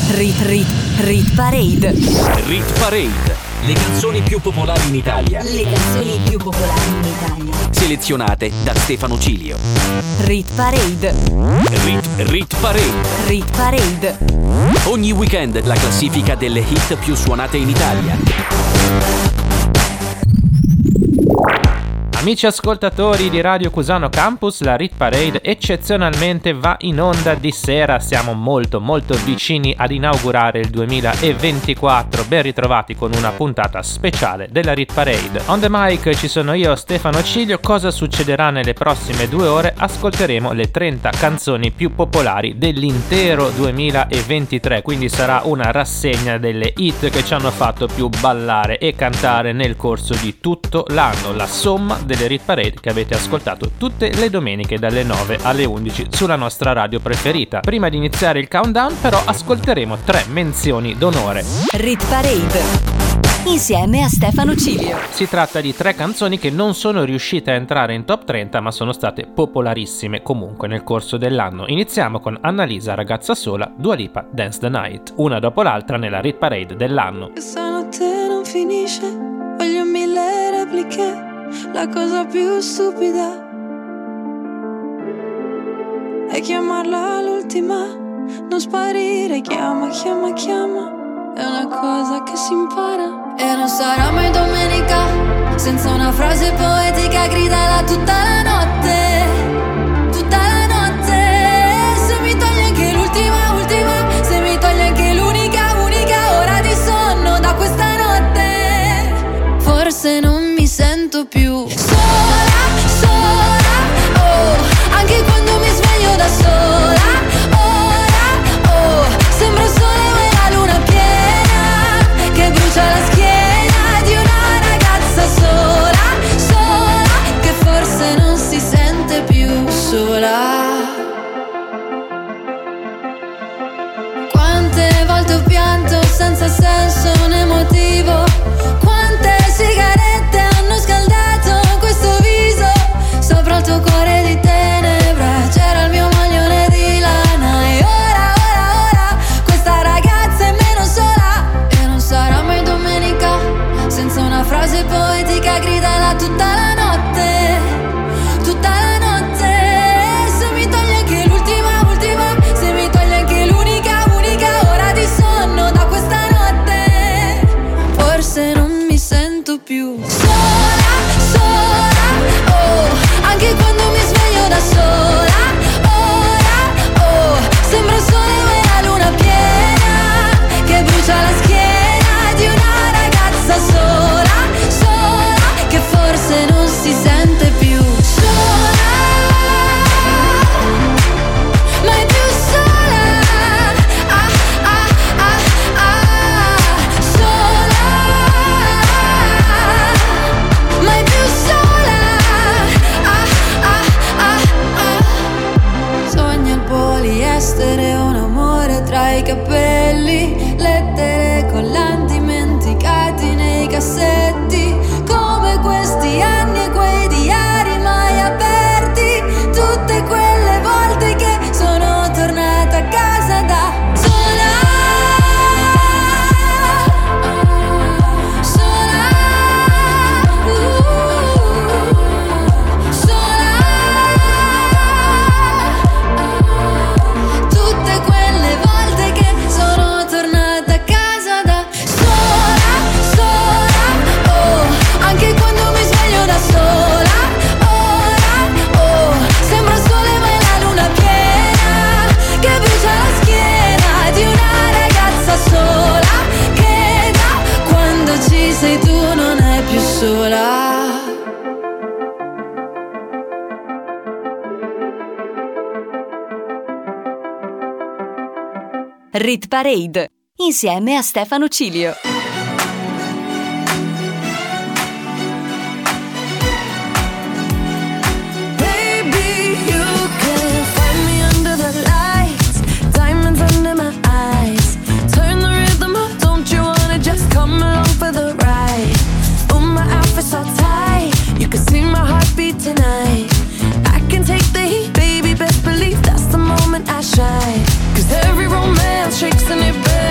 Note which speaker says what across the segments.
Speaker 1: Rit Parade.
Speaker 2: Rit Parade. Le canzoni più popolari in Italia. Selezionate da Stefano Cilio.
Speaker 1: Rit Parade.
Speaker 2: Rit Parade.
Speaker 1: Rit Parade.
Speaker 2: Ogni weekend la classifica delle hit più suonate in Italia.
Speaker 3: Amici ascoltatori di Radio Cusano Campus, la Rit Parade eccezionalmente va in onda di sera. Siamo molto vicini ad inaugurare il 2024. Ben ritrovati con una puntata speciale della Rit Parade. On the mic ci sono io, Stefano Cilio. Cosa succederà nelle prossime 2 ore? Ascolteremo le 30 canzoni più popolari dell'intero 2023, quindi sarà una rassegna delle hit che ci hanno fatto più ballare e cantare nel corso di tutto l'anno. La somma delle Rit Parade che avete ascoltato tutte le domeniche dalle 9 alle 11 sulla nostra radio preferita. Prima di iniziare il countdown però ascolteremo 3 menzioni d'onore.
Speaker 1: Rit Parade insieme a Stefano Cilio.
Speaker 3: Si tratta di 3 canzoni che non sono riuscite a entrare in top 30 ma sono state popolarissime comunque nel corso dell'anno. Iniziamo con Annalisa, Ragazza sola, Dua Lipa, Dance the Night, una dopo l'altra nella Rit Parade dell'anno.
Speaker 4: Questa notte non finisce, voglio 1000 repliche. La cosa più stupida è chiamarla l'ultima, non sparire, chiama, chiama, chiama. È una cosa che si impara. E non sarà mai domenica senza una frase poetica, gridala tutta la notte, tutta la notte. Se mi togli anche l'ultima, ultima, se mi togli anche l'unica, unica ora di sonno da questa notte, forse non mi sento più sola, sola, oh, anche quando mi sveglio da sola, ora, oh, sembra il sole o è la luna piena che brucia la schiena di una ragazza sola, sola, che forse non si sente più sola. Quante volte ho pianto senza senso né motivo, quante sigarette hanno scaldato questo viso, sopra il tuo cuore di tenebra c'era il mio maglione di lana. E ora, questa ragazza è meno sola. E non sarà mai domenica senza una frase poetica, gridala tutta la notte, tutta la notte. Se mi togli anche l'ultima, ultima, se mi togli anche l'unica, unica ora di sonno da questa notte, forse non mi sento più sola, sola, oh, anche quando mi sveglio da sola, ora, oh, sembra il sole o è la luna piena che brucia la schiena di una ragazza sola, sola, che forse non si sente più sola, mai più sola, ah, ah, ah, ah, sola, mai più sola, ah, ah, ah, ah. Sogna il poliestere, un amore tra i capelli, lettere collanti dimenticati nei cassetti, come questi anni e quei diari mai aperti, tutte quelle volte che sono tornata a casa da sola, sola, sola, tutte quelle volte che sono tornata a casa da sola, sola, oh, anche quando mi sveglio da sola, ora, oh, sembra il sole ma è la luna piena che brucia la schiena di una ragazza sola, che da quando ci sei tu non è più sola.
Speaker 1: Rit Parade insieme a Stefano Cilio.
Speaker 4: Baby, you can find me under the lights, diamonds under my eyes. Turn the rhythm up, don't you wanna just come along for the ride? Oh, my outfit's so tight, you can see my heartbeat tonight. I can take the heat, baby, best believe that's the moment I shine. 'Cause every romance shakes and it burns.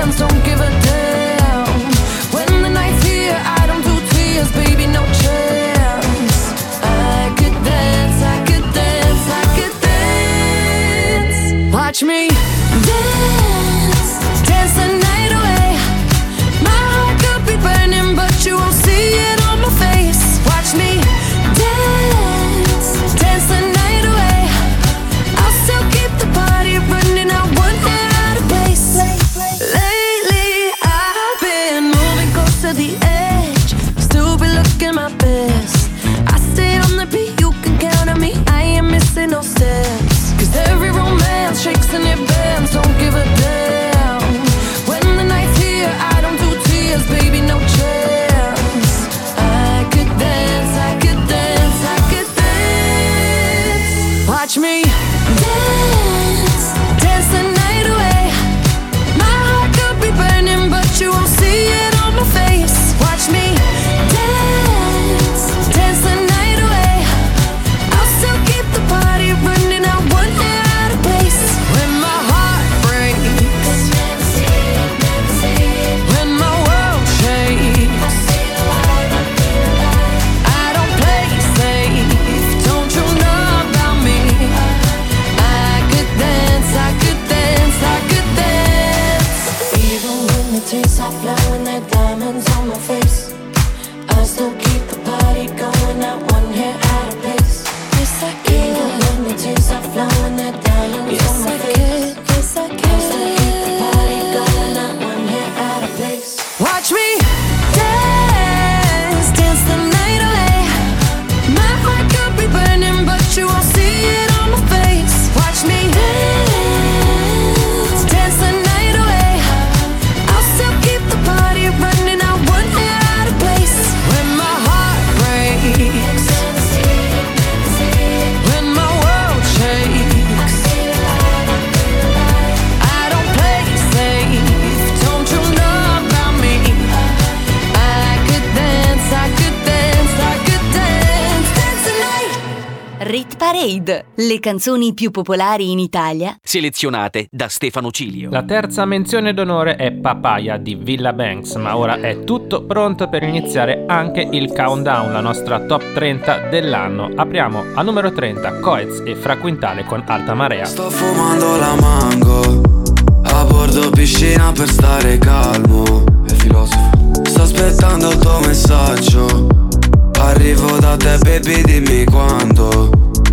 Speaker 1: Parade, le canzoni più popolari in Italia,
Speaker 2: selezionate da Stefano Cilio.
Speaker 3: La terza menzione d'onore è Papaya di Villa Banks, ma ora è tutto pronto per iniziare anche il countdown, la nostra top 30 dell'anno. Apriamo a numero 30 Coez e Fra Quintale con Alta Marea.
Speaker 5: Sto fumando la mango, a bordo piscina per stare calmo. È filosofo. Sto aspettando il tuo messaggio, arrivo da te baby dimmi quando.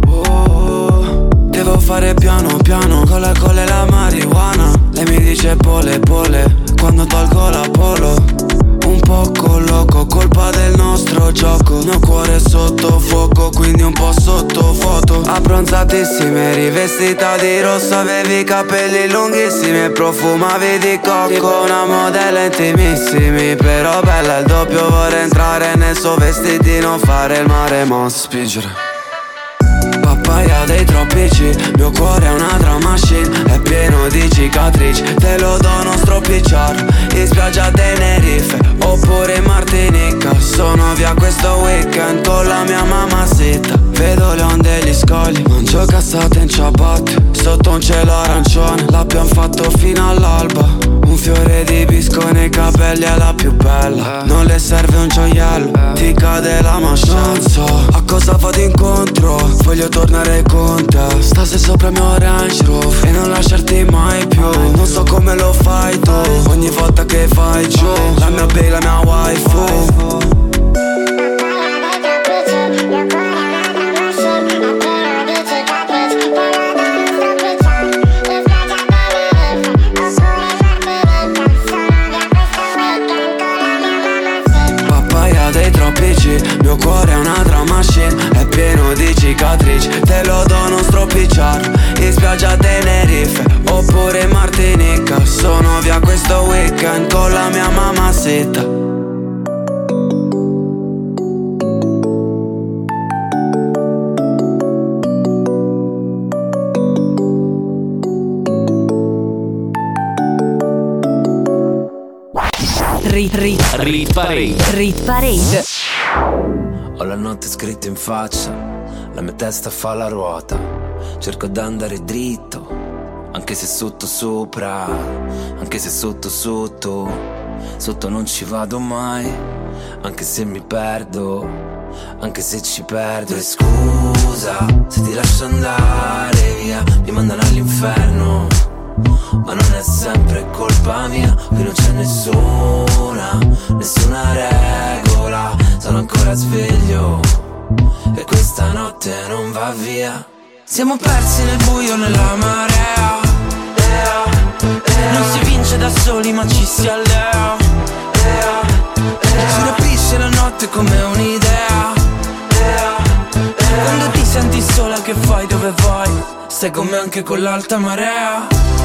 Speaker 5: Devo fare piano piano con la colla e la marijuana. Lei mi dice pole pole quando tolgo la polo. Un poco loco, colpa del nostro gioco. Mio cuore è sotto fuoco, quindi un po' sotto foto. Abbronzatissime, rivestita di rosso. Avevi i capelli lunghissimi e profumavi di cocco. Una modella intimissimi, però bella il doppio. Vorrei entrare nel suo vestitino, fare il mare ma spingere. Papaya dei troppi G, mio cuore è una drum machine, è pieno di cicatrici, te lo dono stropicciar. In spiaggia a Tenerife, oppure in Martinica. Sono via questo weekend con la mia mamacita. Vedo le onde e gli scogli, mangio cassate in ciabatte, sotto un cielo arancione, l'abbiamo fatto fino all'alba. Un fiore di bisco nei capelli è la più bella. Non le serve un gioiello, ti cade la mascella. Non so a cosa vado incontro, voglio tornare con te. Stasera sopra il mio Range Rover e non lasciarti mai più. Non so come lo fai tu, ogni volta che fai giù. La mia baby, la mia waifu. Mio cuore è una drum machine, è pieno di cicatrici, te lo dono stropicciar. In spiaggia a Tenerife, oppure in Martinica. Sono via questo weekend con la mia mamacita.
Speaker 2: Rit Parade.
Speaker 6: Ho la notte scritta in faccia, la mia testa fa la ruota. Cerco d'andare dritto, anche se sotto sopra, anche se sotto sotto. Sotto non ci vado mai, anche se mi perdo, anche se ci perdo. E scusa se ti lascio andare via, mi mandano all'inferno, ma non è sempre colpa mia. Qui non c'è nessuna regola. Sono ancora sveglio e questa notte non va via. Siamo persi nel buio, nella marea. Non si vince da soli ma ci si allea. Si rapisce la notte come un'idea. Quando ti senti sola che fai, dove vai? Stai con me anche con l'alta marea.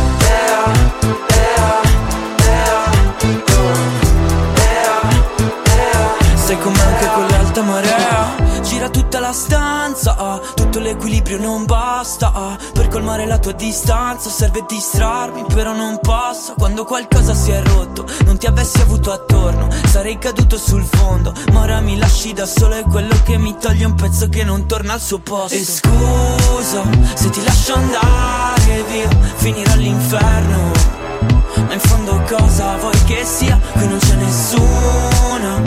Speaker 6: Stai con me anche con l'alta marea. Gira tutta la stanza, tutto l'equilibrio non basta. Per colmare la tua distanza serve distrarmi, però non passa. Quando qualcosa si è rotto, non ti avessi avuto attorno, sarei caduto sul fondo. Ma ora mi lasci da solo, è quello che mi toglie un pezzo che non torna al suo posto. E scusa se ti lascio andare via, finirò all'inferno, ma in fondo cosa vuoi che sia? Qui non c'è nessuna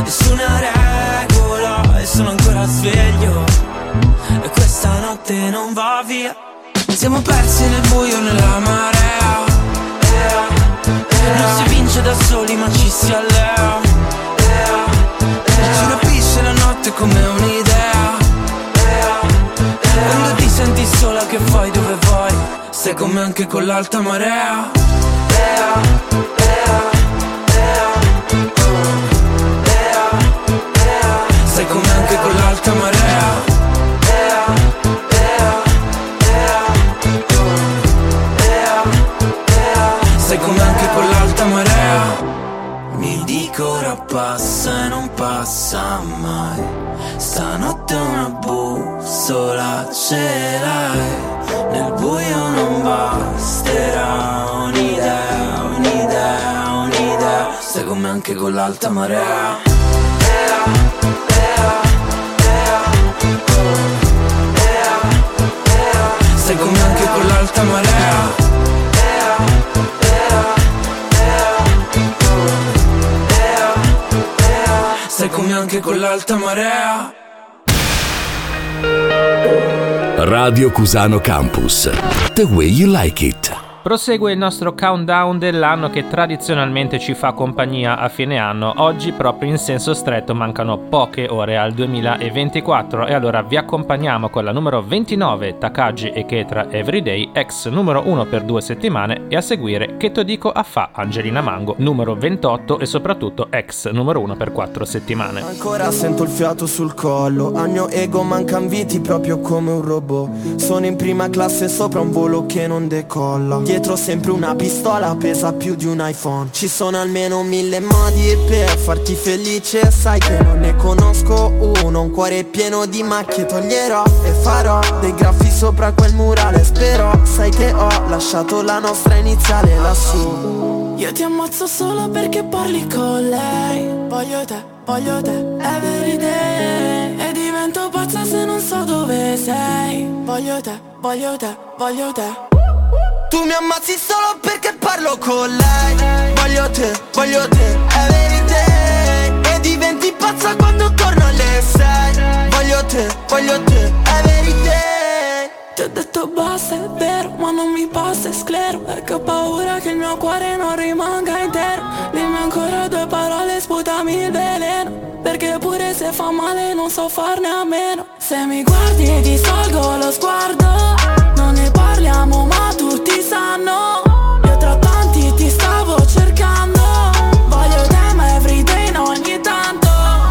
Speaker 6: regola e sono ancora sveglio e questa notte non va via. Siamo persi nel buio, nella marea. Non si vince da soli ma ci si allea. Si rapisce la notte come un'idea. Quando ti senti sola che fai, dove vai? Stai con me anche con l'alta marea. Stai con me anche con l'alta marea. Stai con me anche con l'alta marea. Mi dico ora passa e non passa mai. Stanotte una bussola ce l'hai. Nel buio non basterà un'idea, un'idea, un'idea. Stai con me anche con l'alta marea. anche con l'alta marea.
Speaker 7: Radio Cusano Campus. The way you like it.
Speaker 3: Prosegue il nostro countdown dell'anno che tradizionalmente ci fa compagnia a fine anno. Oggi proprio in senso stretto mancano poche ore al 2024 e allora vi accompagniamo con la numero 29 Takagi e Ketra Everyday, ex numero 1 per 2 settimane, e a seguire Che to dico a fa Angelina Mango, numero 28 e soprattutto ex numero 1 per 4 settimane.
Speaker 8: Ancora sento il fiato sul collo, al mio ego mancan viti proprio come un robot. Sono in prima classe sopra un volo che non decolla. Dietro sempre una pistola pesa più di un iPhone. Ci sono almeno 1000 modi per farti felice. Sai che non ne conosco uno. Un cuore pieno di macchie toglierò e farò dei graffi sopra quel murale. Spero, sai che ho lasciato la nostra iniziale lassù.
Speaker 6: Io ti ammazzo solo perché parli con lei. Voglio te, everyday. E divento pazza se non so dove sei. Voglio te, voglio te, voglio te.
Speaker 8: Tu mi ammazzi solo perché parlo con lei. Voglio te, everyday. E diventi pazza quando torno alle 6. Voglio te, everyday.
Speaker 6: Ti ho detto basta, è vero, ma non mi passa, è sclero. Perché ho paura che il mio cuore non rimanga intero. Dimmi ancora 2 parole, sputami il veleno. Perché pure se fa male non so farne a meno. Se mi guardi ti salgo lo sguardo. Non ne parliamo ma tutti sanno. Io tra tanti ti stavo cercando. Voglio te ma everyday no, ogni tanto.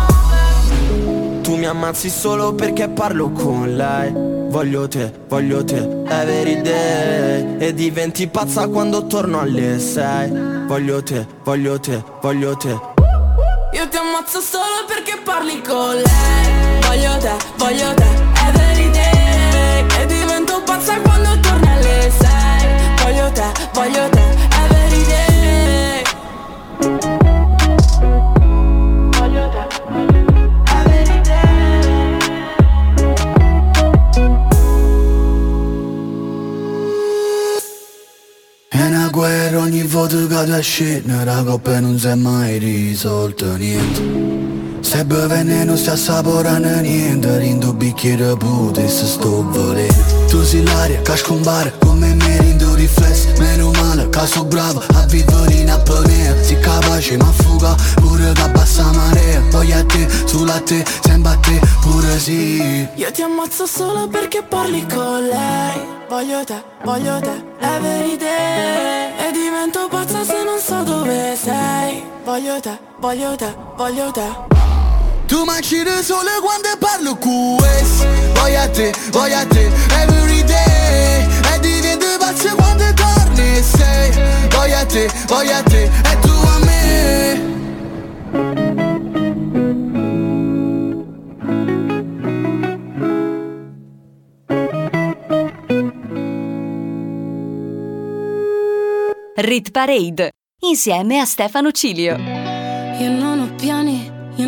Speaker 8: Tu mi ammazzi solo perché parlo con lei. Voglio te, everyday. E diventi pazza quando torno alle 6. Voglio te.
Speaker 6: Io ti ammazzo solo perché parli con lei. Voglio te, everyday. E divento pazza quando torni alle 6. Voglio te, everyday. Voglio te, everyday.
Speaker 5: È una guerra ogni volta che ti scende. La coppa non si è mai risolta niente. Se beve non sta saporando niente. Rindo bicchiere pute se sto volendo. Tu sei l'aria che scompare come me rindo riflesso. Meno male che sono bravo a vivere in apnea. Si capace ma fuga pure che abbassa marea. Voglio a te, sulla te, sempre a te pure sì.
Speaker 6: Io ti ammazzo solo perché parli con lei. Voglio te, everyday. E divento pazza se non so dove sei. Voglio te.
Speaker 5: Tu mangi da sole quando parlo con questo. Voglio a te, everyday. E diventi pazza quando torni e sei. Voglio a te, e tu a me.
Speaker 1: Rit Parade insieme a Stefano Cilio.
Speaker 4: Io non ho piani, e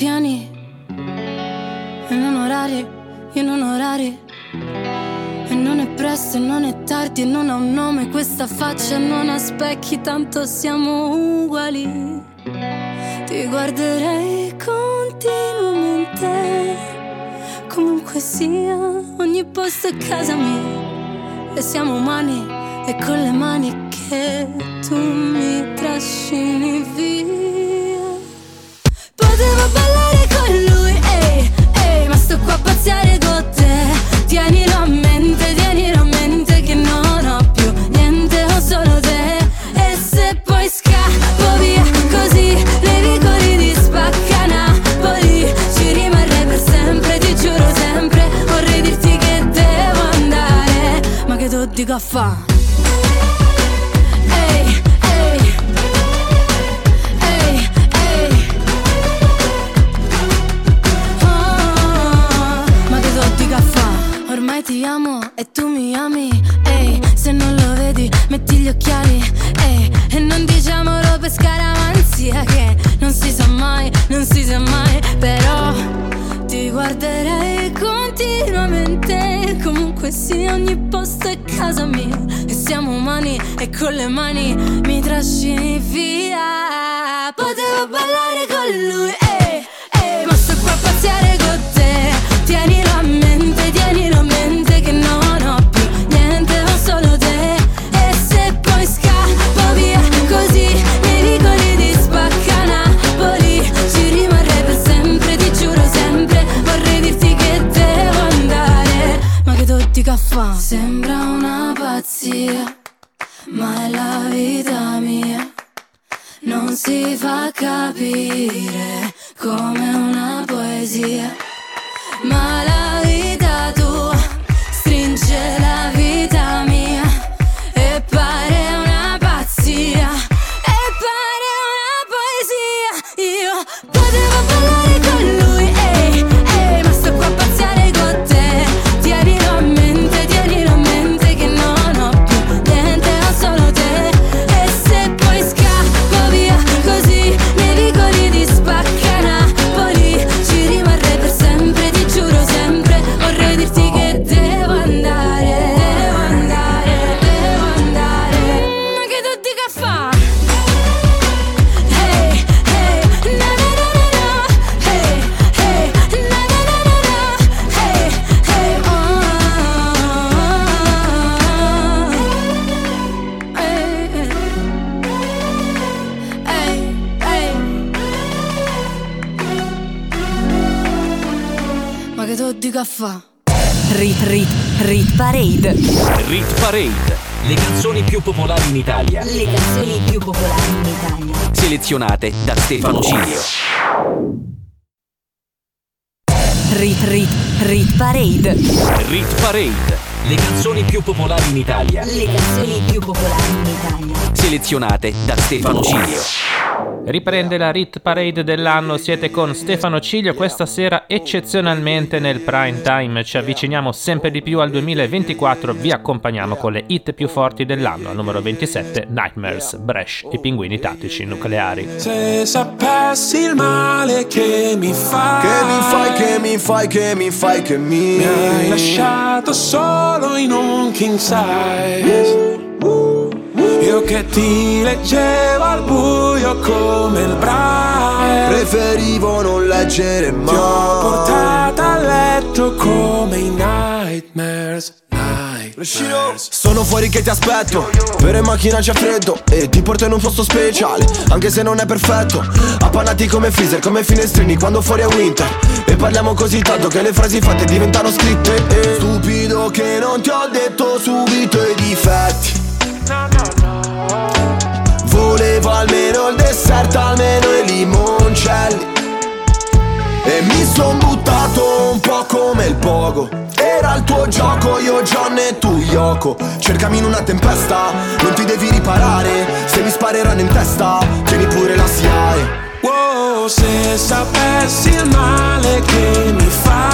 Speaker 4: non orari, e non è presto e non è tardi e non ha un nome questa faccia, non ha specchi, tanto siamo uguali. Ti guarderei continuamente, comunque sia, ogni posto è casa mia. E siamo umani e con le mani che tu mi trascini via. Potevo ballare con lui, ma sto qua a pazziare con te. Tienilo a mente che non ho più niente, ho solo te. E se poi scappo via così, nei vicoli di Spacca Napoli ci rimarrei per sempre, ti giuro sempre. Vorrei dirti che devo andare, ma che tu dico a fa'? Ormai ti amo e tu mi ami, se non lo vedi metti gli occhiali, e non diciamolo per scaramanzia che non si sa mai, però ti guarderei continuamente, comunque sia, ogni posto è casa mia. E siamo umani e con le mani mi trascini via. Potevo ballare con lui, ma Sembra una pazzia, ma è la vita mia. Non si fa capire come una poesia, ma la vita tua stringe la vita mia e pare una pazzia, e pare una poesia. Io potevo ballare con lui, ehi, ehi, ma sto qua a pazziare con te. Tienilo a mente che non ho più niente, ho solo te. E se poi scappo via così nei vicoli di Spacca Napoli, ci rimarrei per sempre, ti giuro sempre. Vorrei dirti che devo andare, devo andare, devo andare. Ma che tu dica fa? Hey, hey, na na na na na. Hey, hey, na na na na na. Hey, hey, oh. Hey, hey, hey. Ma che tu dica fa?
Speaker 1: Rit Parade.
Speaker 2: Rit Parade. Le canzoni più popolari in Italia.
Speaker 1: Le canzoni più popolari in Italia.
Speaker 2: Selezionate da Stefano Cilio.
Speaker 1: Rit Parade.
Speaker 2: Rit Parade. Le canzoni più popolari in Italia.
Speaker 1: Le canzoni più popolari in Italia.
Speaker 2: Selezionate da Stefano Cilio.
Speaker 3: Riprende la Rit Parade dell'anno, siete con Stefano Cilio. Questa sera eccezionalmente nel prime time ci avviciniamo sempre di più al 2024, vi accompagniamo con le hit più forti dell'anno. Al numero 27 Nightmares, Bresh, i pinguini tattici nucleari.
Speaker 9: Se sapessi il male che mi fai, che mi hai lasciato solo in un king size. Io che ti leggevo al buio come il Braille,
Speaker 8: preferivo non leggere mai.
Speaker 9: Ti ho portata a letto come i Nightmares.
Speaker 8: Sono fuori che ti aspetto, per in macchina c'è freddo e ti porto in un posto speciale, anche se non è perfetto. Appannati come freezer, come finestrini quando fuori è winter. E parliamo così tanto che le frasi fatte diventano scritte. Stupido che non ti ho detto subito i difetti. Volevo almeno il dessert, almeno i limoncelli. E mi son buttato un po' come il pogo. Era il tuo gioco, io John e tu Yoko. Cercami in una tempesta, non ti devi riparare. Se mi spareranno in testa, tieni pure la SIAE.
Speaker 9: Wow, se sapessi il male che mi fai,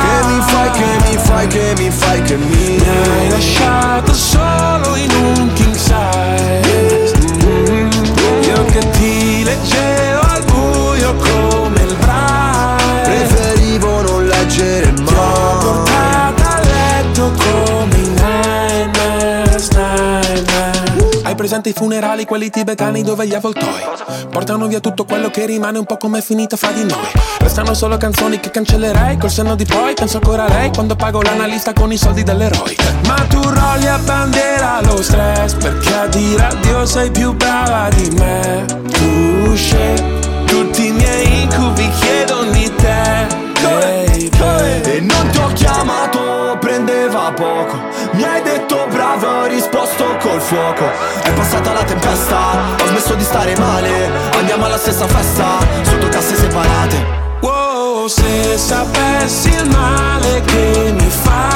Speaker 8: che mi
Speaker 9: hai lasciato solo in un king size. Io che ti leggevo al buio come il Braille,
Speaker 8: preferivo non leggere mai.
Speaker 9: Ti ho portata a letto come i Nightmares. Hai presente i funerali, quelli tibetani dove gli avvoltoi portano via tutto quello che rimane, un po' come è finita fra di noi. Restano solo canzoni che cancellerei, col senno di poi penso ancora a lei quando pago l'analista con i soldi dell'eroe. Ma tu rolli a bandiera lo stress, perché a dire addio sei più brava di me. Tu scegli tutti i miei incubi, chiedono di te, baby.
Speaker 8: E non ti ho chiamato, prendeva poco. Mi hai detto bravo, ho risposto col fuoco. È passata la tempesta, ho smesso di stare male. Andiamo alla stessa festa, sotto casse separate.
Speaker 9: Wow, se sapessi il male che mi fai,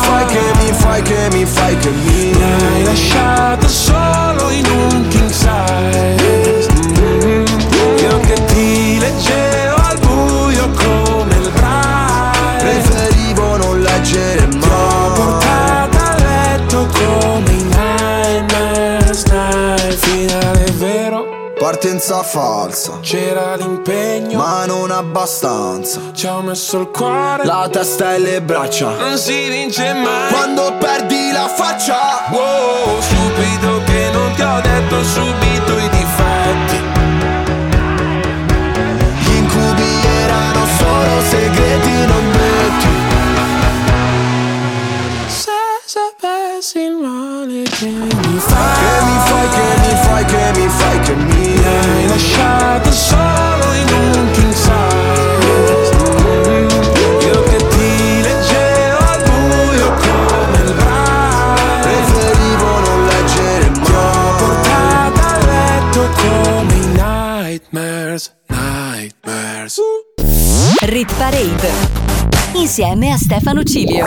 Speaker 8: che mi
Speaker 9: hai lasciato solo in un king size. Io che ti leggevo al buio come il Braille,
Speaker 8: preferivo non leggere mai.
Speaker 9: Ti ho portata a letto come i Nightmares. Finale vero,
Speaker 8: partenza falsa.
Speaker 9: C'era l'impegno,
Speaker 8: ma non abbastanza.
Speaker 9: ci ho messo il cuore,
Speaker 8: la testa e le braccia.
Speaker 9: non si vince mai
Speaker 8: quando perdi la faccia.
Speaker 9: Wow, stupido che non ti ho detto subito i difetti.
Speaker 8: Gli incubi erano solo segreti non detti.
Speaker 9: Se sapessi il male che mi fai,
Speaker 8: che mi
Speaker 9: hai lasciato solo in un king size. Io che ti leggevo al buio come il Braille, nightmares, nightmares.
Speaker 1: Rit Parade insieme a Stefano Cilio.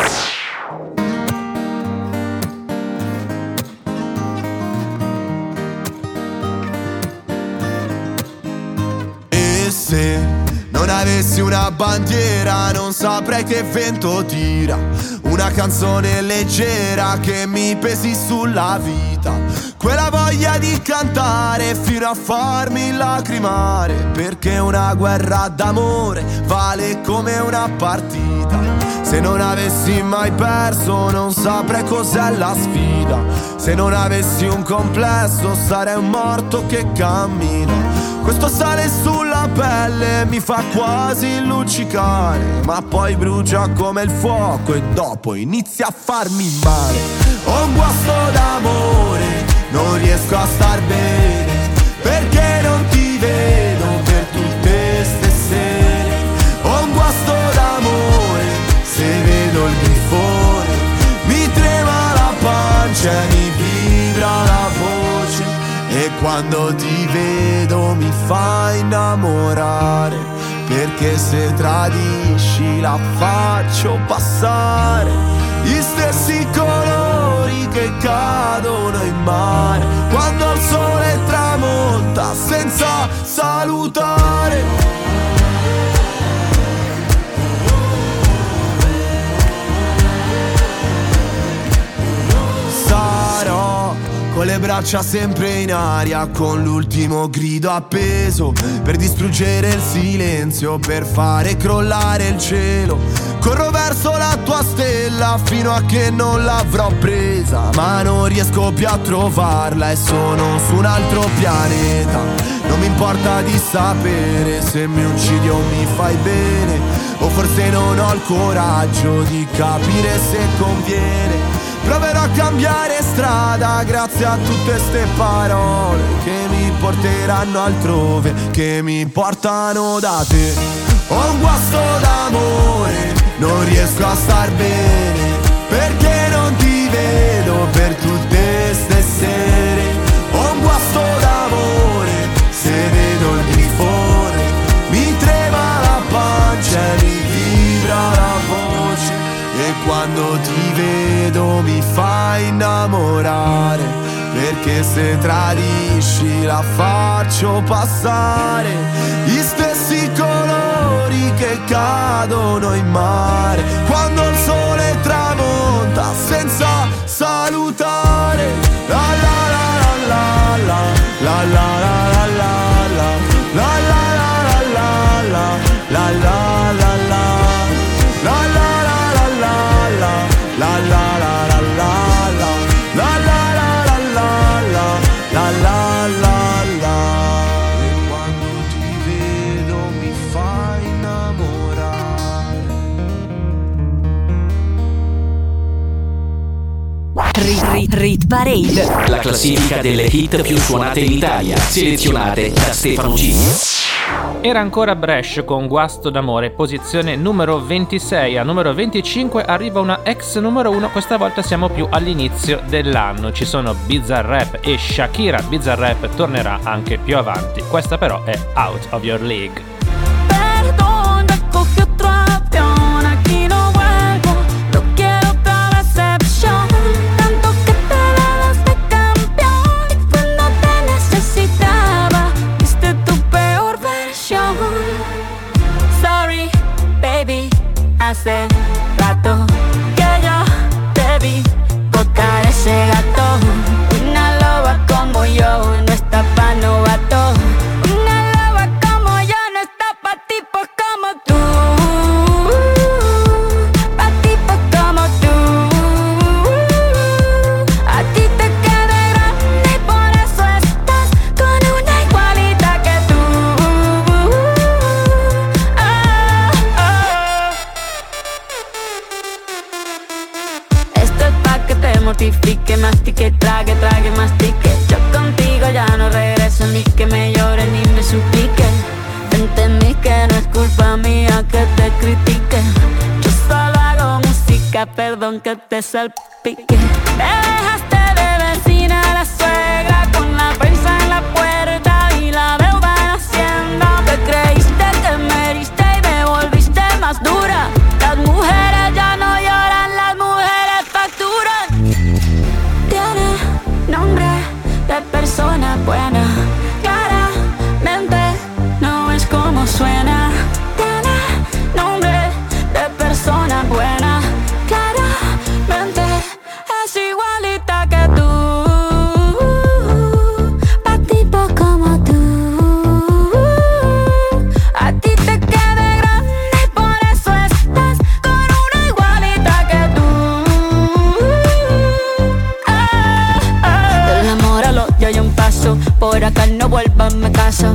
Speaker 8: E se non avessi una bandiera non saprei che vento tira, una canzone leggera che mi pesi sulla vita, quella voglia di cantare fino a farmi lacrimare, perché una guerra d'amore vale come una partita. Se non avessi mai perso non saprei cos'è la sfida, se non avessi un complesso sarei un morto che cammina. Questo sale sulla pelle mi fa quasi luccicare, ma poi brucia come il fuoco e dopo inizia a farmi male. Ho un guasto d'amore, non riesco a star bene, perché non ti vedo per tutte ste sere. Ho un guasto d'amore, se vedo il grifone mi trema la pancia e mi vibra la voce, e quando ti vedo mi fai innamorare, perché se tradisci la faccio passare. Gli stessi colori che cadono in mare quando il sole tramonta senza salutare. Sarò con le braccia sempre in aria, con l'ultimo grido appeso per distruggere il silenzio, per fare crollare il cielo. Corro verso la tua stella fino a che non l'avrò presa, ma non riesco più a trovarla e sono su un altro pianeta. Non mi importa di sapere se mi uccidi o mi fai bene, o forse non ho il coraggio di capire se conviene. Proverò a cambiare strada grazie a tutte ste parole che mi porteranno altrove, che mi portano da te. Ho un guasto d'amore, non riesco a star bene, perché non ti vedo per tutte ste sere. Ho un guasto d'amore, se vedo il grifone mi trema la pancia e mi vibra la voce, e quando ti vedo mi fai innamorare, perché se tradisci la faccio passare. Gli stessi colori che cadono in mare quando il sole tramonta senza salutare. La la la la la la la la la la la la la la la la la la la e quando ti vedo mi fai innamorare.
Speaker 1: Rit Parade,
Speaker 2: la classifica delle hit più suonate in Italia, selezionate da Stefano Cilio.
Speaker 3: Era ancora Bresh con Guasto d'amore, posizione numero 26. A numero 25 arriva una ex numero 1, questa volta siamo più all'inizio dell'anno. Ci sono Bizarrap e Shakira. Bizarrap tornerà anche più avanti, questa però è Out of Your League.
Speaker 4: Perdón, recogí otro avión, aquí no vuelvo, no quiero otra decepción. Tanto que te dabas de campeón y cuando te necesitaba, viste tu peor versión. Sorry, baby, hace rato que yo te vi botar ese gato. Una loba como yo no está pa' novato. Mortifique, mastique, trague, trague, mastique. Yo contigo ya no regreso, ni que me llore ni me suplique. Entendí que no es culpa mía que te critique. Yo solo hago música, perdón que te salpique. Me dejaste de vecina a la suegra, con la prensa en la puerta y la deuda en la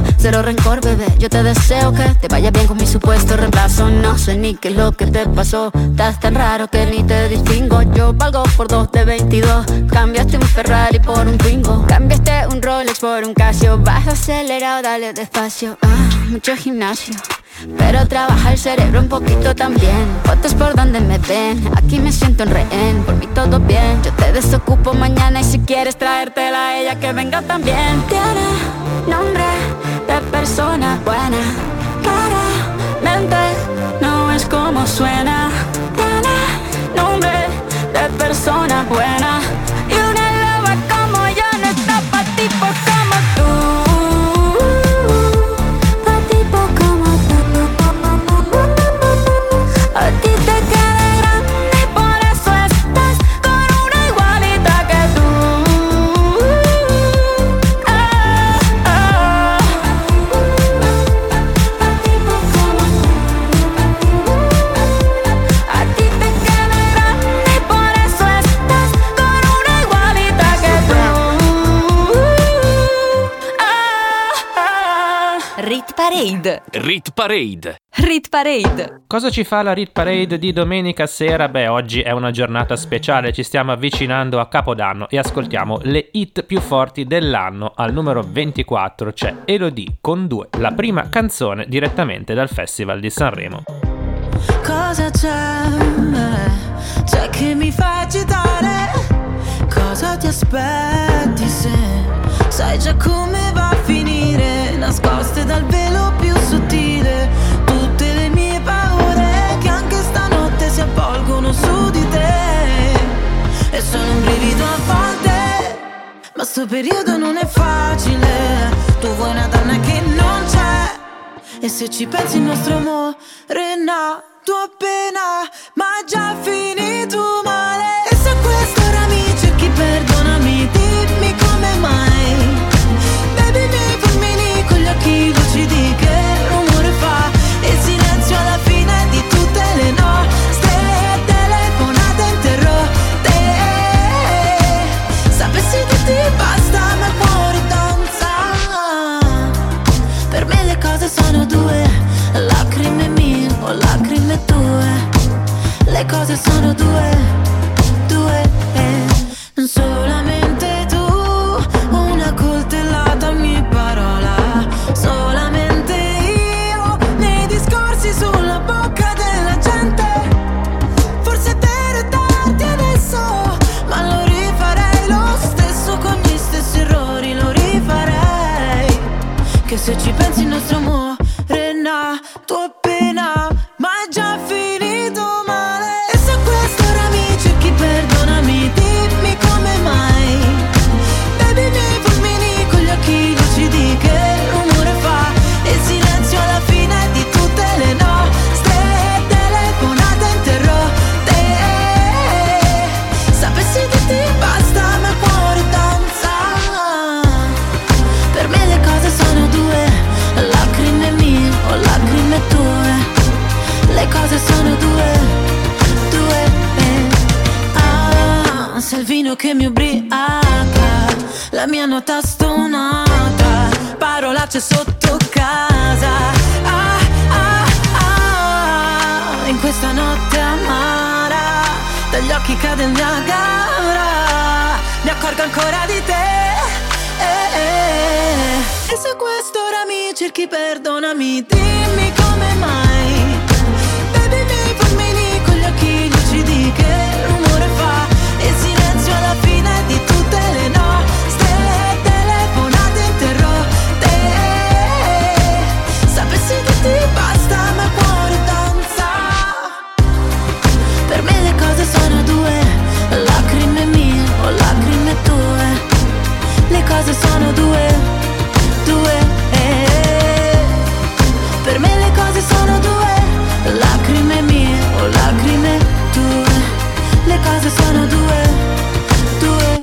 Speaker 4: cero rencor, bebé. Yo te deseo que te vaya bien con mi supuesto reemplazo. No sé ni qué es lo que te pasó, estás tan raro que ni te distingo. Yo valgo por 2 de 22. Cambiaste un Ferrari por un Twingo, cambiaste un Rolex por un Casio. Vas acelerado, dale despacio. Mucho gimnasio, pero trabaja el cerebro un poquito también. Fotos por donde me ven, aquí me siento en rehén. Por mí todo bien, yo te desocupo mañana. Y si quieres traértela a ella, que venga también. Tiene nombre de persona buena, claramente no es como suena. Tiene nombre de persona buena, y una loba como yo no está pa' tipos como tú.
Speaker 2: Rit Parade.
Speaker 1: Rit Parade.
Speaker 3: Cosa ci fa la Rit Parade di domenica sera? Beh, oggi è una giornata speciale, ci stiamo avvicinando a Capodanno e ascoltiamo le hit più forti dell'anno. Al numero 24 c'è Elodie con 2, la prima canzone direttamente dal Festival di Sanremo.
Speaker 10: Cosa c'è? C'è che mi fa agitare? Cosa ti aspetti se sai già come va a finire? Nascoste dal velo più sottile tutte le mie paure che anche stanotte si avvolgono su di te. E sono un brivido a volte, ma sto periodo non è facile. Tu vuoi una donna che non c'è, e se ci pensi il nostro amore è nato appena, ma già finito male. E se a quest'ora mi cerchi, perdonami, dimmi come mai. Baby, i miei fulmini con gli occhi lucidi, che rumore fa il silenzio alla fine di tutte le nostre telefonate interrotte. Sapessi che ti basta, ma il cuore danza. Per me le cose sono due, lacrime mie o lacrime tue. Le cose sono due, solamente tu, una coltellata ogni parola, solamente io nei discorsi sulla bocca della gente. Forse per darti adesso, ma lo rifarei lo stesso con gli stessi errori, lo rifarei. Che se ci pensi il nostro amore è nato appena, ma è già finito male. E se a quest'ora mi cerchi, perdonami, dimmi come mai. Baby, i miei fulmini con gli occhi lucidi, che rumore fa il silenzio alla fine di tutte le nostre telefonate interrotte. Sapessi che ti basta, ma il cuore danza. Per me le cose sono due, lacrime mie o lacrime tue. Le cose sono due. Se il vino che mi ubriaca, la mia nota stonata, parolacce sotto casa. In questa notte amara, dagli occhi cade il Niagara, mi accorgo ancora di te. E se a quest'ora mi cerchi, perdonami, dimmi come mai. Baby, i miei fulmini con gli occhi lucidi, che rumore fa il silenzio alla fine di tutte le nostre telefonate interrotte. Sapessi che ti basta, ma il cuore danza. Per me le cose sono due, lacrime mie o lacrime tue. Le cose sono due. Per me le cose sono due, lacrime mie o lacrime tue. Le cose sono due.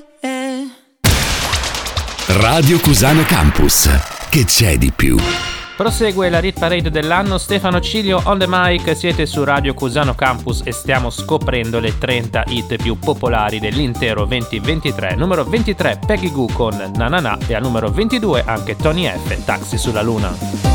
Speaker 7: Radio Cusano Campus. Che c'è di più?
Speaker 3: Prosegue la Rit Parade dell'anno, Stefano Cilio on the mic, siete su Radio Cusano Campus e stiamo scoprendo le 30 hit più popolari dell'intero 2023. Numero 23 Peggy Goo con Na Na Na e al numero 22 anche Tony F, Taxi sulla Luna.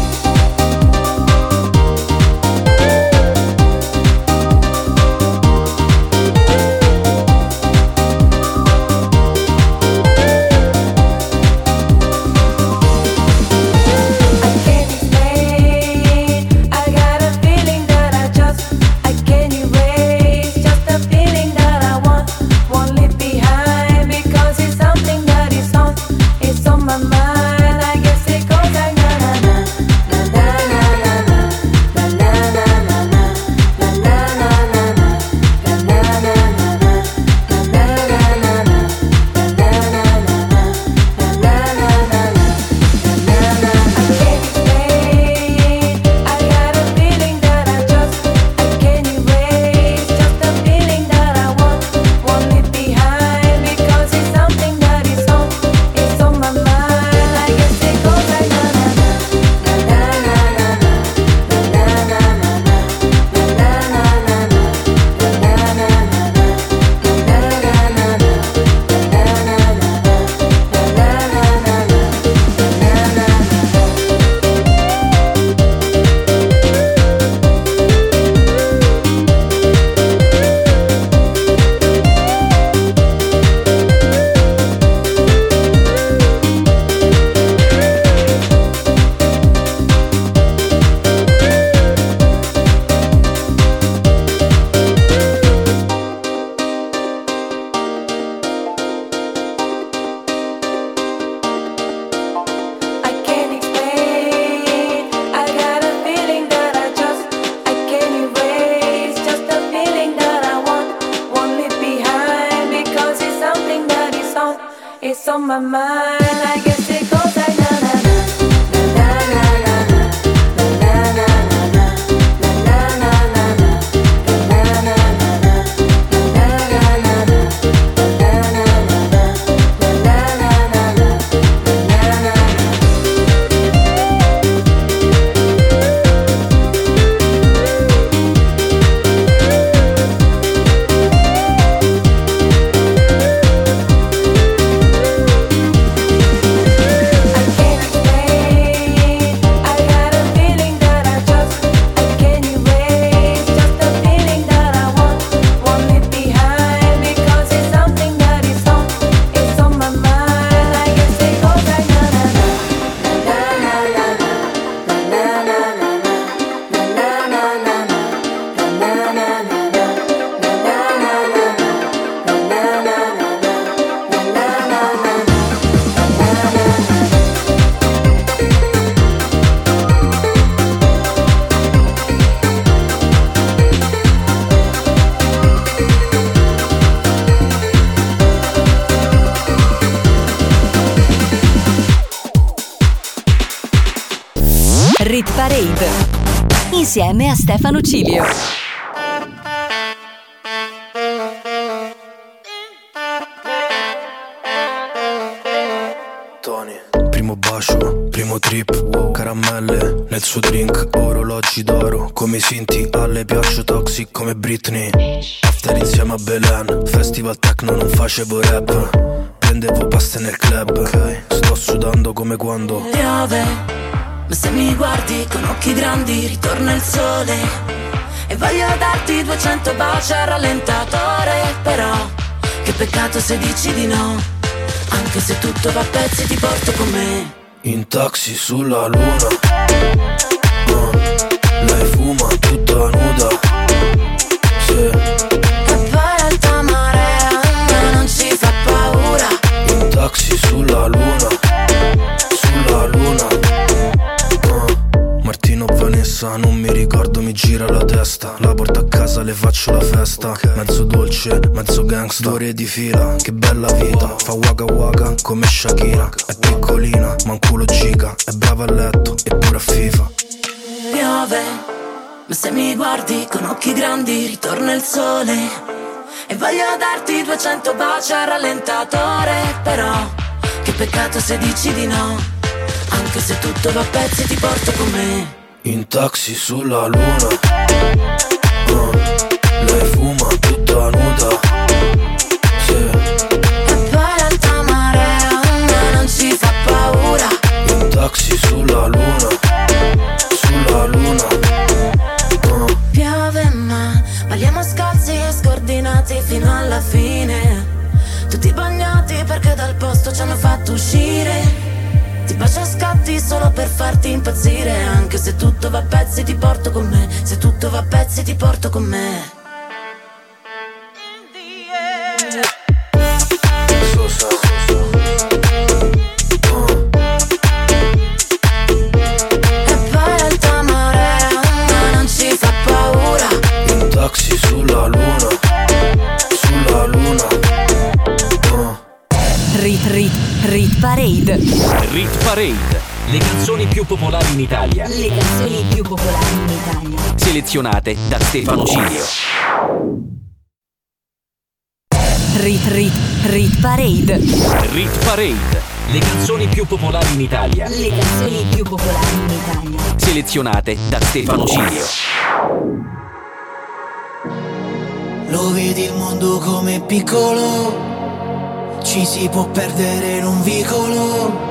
Speaker 1: Rit Parade insieme a Stefano Cilio.
Speaker 5: Tony, primo bacio, primo trip, caramelle nel suo drink, orologi d'oro, come i Sinti, alle piaccio toxic come Britney. After insieme a Belen, festival techno non facevo rap, prendevo paste nel club, okay. Sto sudando come quando
Speaker 10: piove. Ma se mi guardi con occhi grandi ritorna il sole e voglio darti 200 baci al rallentatore. Però che peccato se dici di no, anche se tutto va a pezzi ti porto con me.
Speaker 5: In taxi sulla luna, lei fuma tutta nuda, sì.
Speaker 10: E poi l'alta marea a me non ci fa paura.
Speaker 5: In taxi sulla luna, sulla luna. Martino Vanessa, non mi ricordo, mi gira la testa. La porto a casa, le faccio la festa, okay. Mezzo dolce, mezzo gangsta, 2 ore di fila, che bella vita. Fa waka waka come Shakira. È piccolina, ma un culo giga. È brava a letto, eppure a FIFA.
Speaker 10: Piove, ma se mi guardi con occhi grandi ritorna il sole e voglio darti 200 baci al rallentatore. Però che peccato se dici di no,
Speaker 6: Anche se tutto va a pezzi ti porto con me.
Speaker 5: In taxi sulla luna, lei fuma tutta nuda, sì.
Speaker 10: E poi l'alta marea a me non ci fa paura.
Speaker 5: In taxi sulla luna,
Speaker 10: Piove ma balliamo scalzi e scordinati fino alla fine. Tutti bagnati perché dal posto ci hanno fatto uscire. Ti bacio a scatti solo per farti impazzire. Anche se tutto va a pezzi ti porto con me. Se tutto va a pezzi ti porto con me. E poi l'alta marea ma non ci fa paura.
Speaker 5: In taxi sulla luna,
Speaker 1: Rit Parade.
Speaker 2: Rit Parade. Le canzoni più popolari in Italia.
Speaker 1: Le canzoni più popolari in Italia.
Speaker 2: Selezionate da Stefano Cilio.
Speaker 1: Rit Parade.
Speaker 2: Rit Parade. Le canzoni più popolari in Italia.
Speaker 1: Le canzoni più popolari in Italia.
Speaker 2: Selezionate da Stefano Cilio.
Speaker 11: Lo vedi il mondo come piccolo? Ci si può perdere in un vicolo.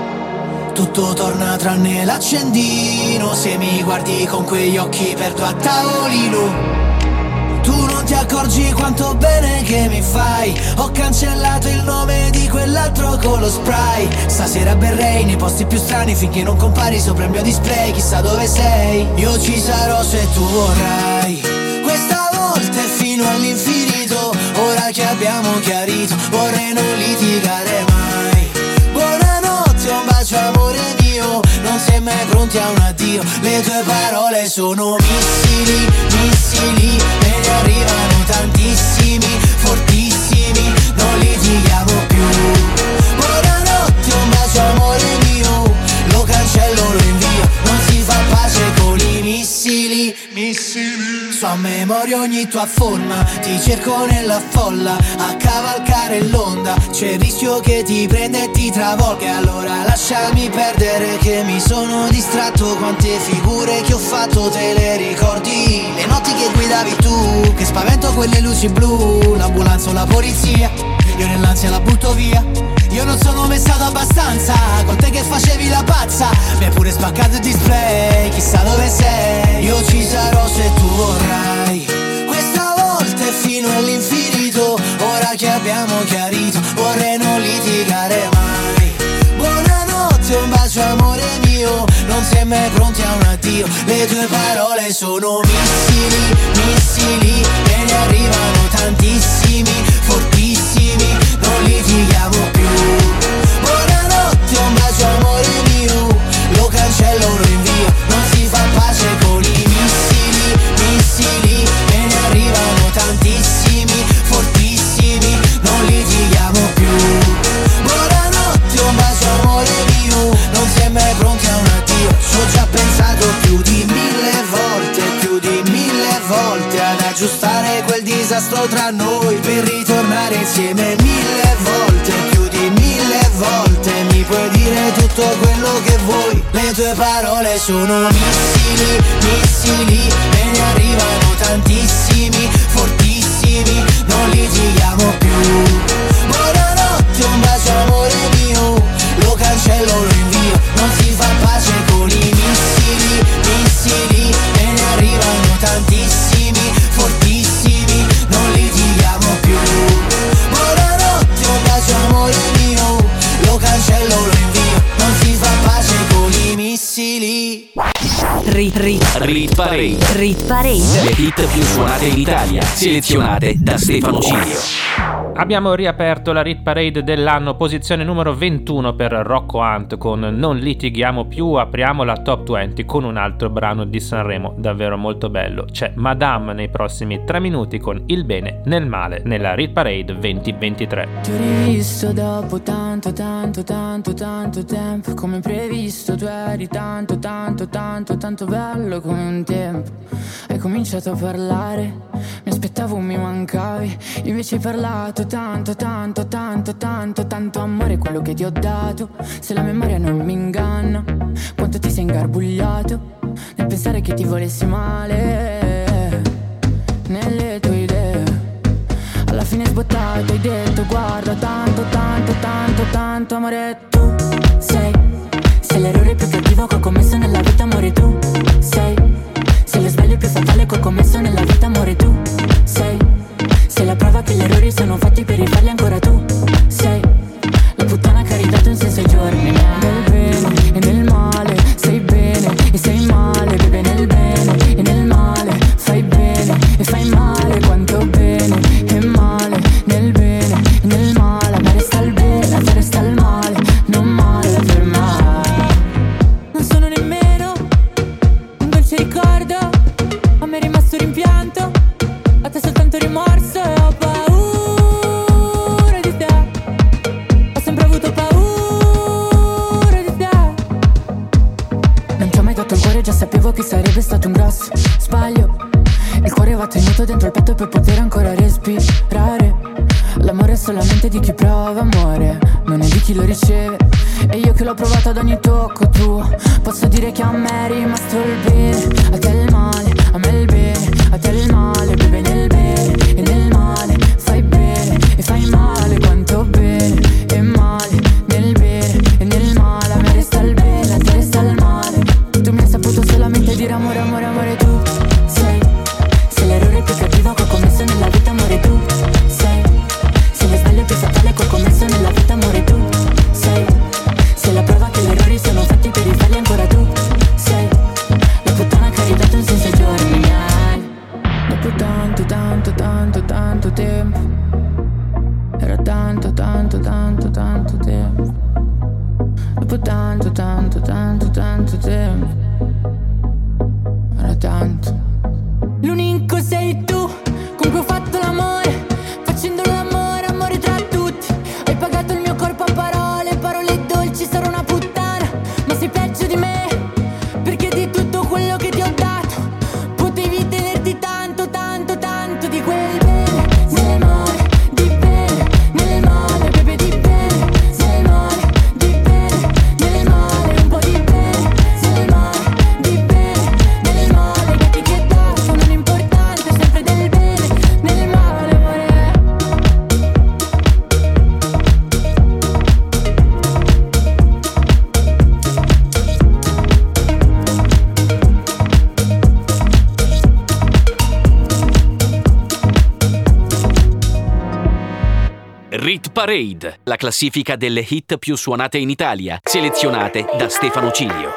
Speaker 11: Tutto torna tranne l'accendino. Se mi guardi con quegli occhi perdo a tavolino. Tu non ti accorgi quanto bene che mi fai. Ho cancellato il nome di quell'altro con lo spray. Stasera berrei nei posti più strani finché non compari sopra il mio display. Chissà dove sei. Io ci sarò se tu vorrai. Questa volta è fino all'infinito. Ora che abbiamo chiarito vorrei non litigare mai. Buonanotte, un bacio amore mio. Non sei mai pronti a un addio. Le tue parole sono missili, missili. Me ne arrivano tantissimi, fortissimi. Non litighiamo più. Buonanotte, un bacio amore mio. Lo cancello, lo invio. Non si fa pace con i missili, missili. So a memoria ogni tua forma. Ti cerco nella folla a cavalcare l'onda. C'è il rischio che ti prenda e ti travolga. Allora lasciami perdere che mi sono distratto. Quante figure che ho fatto te le ricordi? Le notti che guidavi tu, che spavento quelle luci blu. L'ambulanza o la polizia, io nell'ansia la butto via. Io non sono mai stato abbastanza con te che facevi la pazza. Mi hai pure spaccato il display, chissà dove sei. Io ci sarò se tu vorrai. Questa volta è fino all'infinito. Ora che abbiamo chiarito vorrei non litigare mai. Buonanotte, un bacio amore mio. Non sei mai pronti a un addio. Le tue parole sono missili, missili. Me ne arrivano tantissimi, fortissimi. Non litighiamo più. Buonanotte, un bacio amore mio. Lo cancello, lo invio. Non si fa pace con i missili, missili. Me ne arrivano tantissimi, fortissimi. Non litighiamo più. Buonanotte, un bacio amore mio. Non sei mai pronti a un addio. Ci ho già pensato più di 1000 volte, più di 1000 volte ad aggiustare quel disastro tra noi per ritornare insieme 1000 volte, più di 1000 volte. Mi puoi dire tutto quello che vuoi. Le tue parole sono missili, missili. Me ne arrivano tantissimi, fortissimi. Non litighiamo più. Buonanotte, un bacio amore mio. Lo cancello, lo invio. Non si fa pace con i missili, missili. Me ne arrivano tantissimi, fortissimi. Non litighiamo più. Buonanotte, un bacio amore mio. Lo cancello, lo invio. Non si fa pace con i missili.
Speaker 2: Rit Parade.
Speaker 1: Rit Parade.
Speaker 2: Le hit più suonate in Italia, selezionate da Stefano Cilio.
Speaker 3: Abbiamo riaperto la Rit Parade dell'anno, posizione numero 21 per Rocco Hunt con Non litighiamo più. Apriamo la top 20 con un altro brano di Sanremo davvero molto bello. C'è Madame nei prossimi 3 minuti con Il bene nel male nella Rit Parade 2023.
Speaker 10: Ti ho rivisto dopo tanto tempo. Come previsto tu eri tanto bello come un tempo. Hai cominciato a parlare, mi
Speaker 12: aspettavo mi mancavi, invece hai parlato tanto, tanto, tanto, tanto, tanto amore quello che ti ho dato. Se la memoria non mi inganna, quanto ti sei ingarbugliato nel pensare che ti volessi male nelle tue idee. Alla fine sbottato hai detto guarda tanto, tanto, tanto, tanto amore. Tu sei l'errore più cattivo che ho commesso nella vita amore. Tu sei lo sbaglio più fatale che ho commesso nella vita amore. Tu sei la prova che gli errori sono fatti per rifarli ancora. Tu sei la puttana che ha ridato un senso ai giorni. Nel bene e nel male sei bene e sei male. Bebe nel bene e nel male fai bene e fai male. Quanto bene e male nel bene e nel male. A me resta il bene, a te resta il male. Non male per mai. Non sono nemmeno un dolce ricordo, a me è rimasto rimpianto, a te soltanto rimorso e ho paura di te. Ho sempre avuto paura di te. Non ti ho mai dato il cuore, già sapevo che sarebbe stato un grosso sbaglio. Il cuore va tenuto dentro il petto per poter ancora respirare. L'amore è solamente di chi prova amore, non è di chi lo riceve. E io che l'ho provato ad ogni tocco tuo, posso dire che a me è rimasto il bene, a te il male, a me il bene, a te il male. Bebe nel bene e nel male fai bene e fai male. Quanto bene e male nel bene e nel male. A me resta il bene, a te resta il male. Tu mi hai saputo solamente dire amore, amore, amore. Tu sei l'errore più cattivo che ho commesso nella vita amore. Tu sei lo sbaglio più fatale che ho commesso nella vita amore. Tu sei la prova che gli errori sono fatti per rifarli ancora. Tu sei la puttana che ha ridato un senso ai giorni miei. Dopo tanto, tanto, tanto, tanto tempo, era tanto, tanto, tanto, tanto tempo. Dopo tanto, tanto, tanto, tanto tempo, era tanto. L'unico sei tu con cui ho fatto l'amore, facendo l'amore, amore tra tutti. Hai pagato il mio corpo a parole, parole dolci, sarò una puttana, ma sei peggio di me, perché di tutto quello che ti ho dato potevi tenerti tanto, tanto, tanto di quel bene nel male, di bene nel male. Bebe di bene nel male, di bene nel male. Un po' di bene nel male, di bene nel male. Gatti che dato non è importante, sempre del bene nel male, amore.
Speaker 2: Rit Parade, la classifica delle hit più suonate in Italia, selezionate da Stefano Cilio.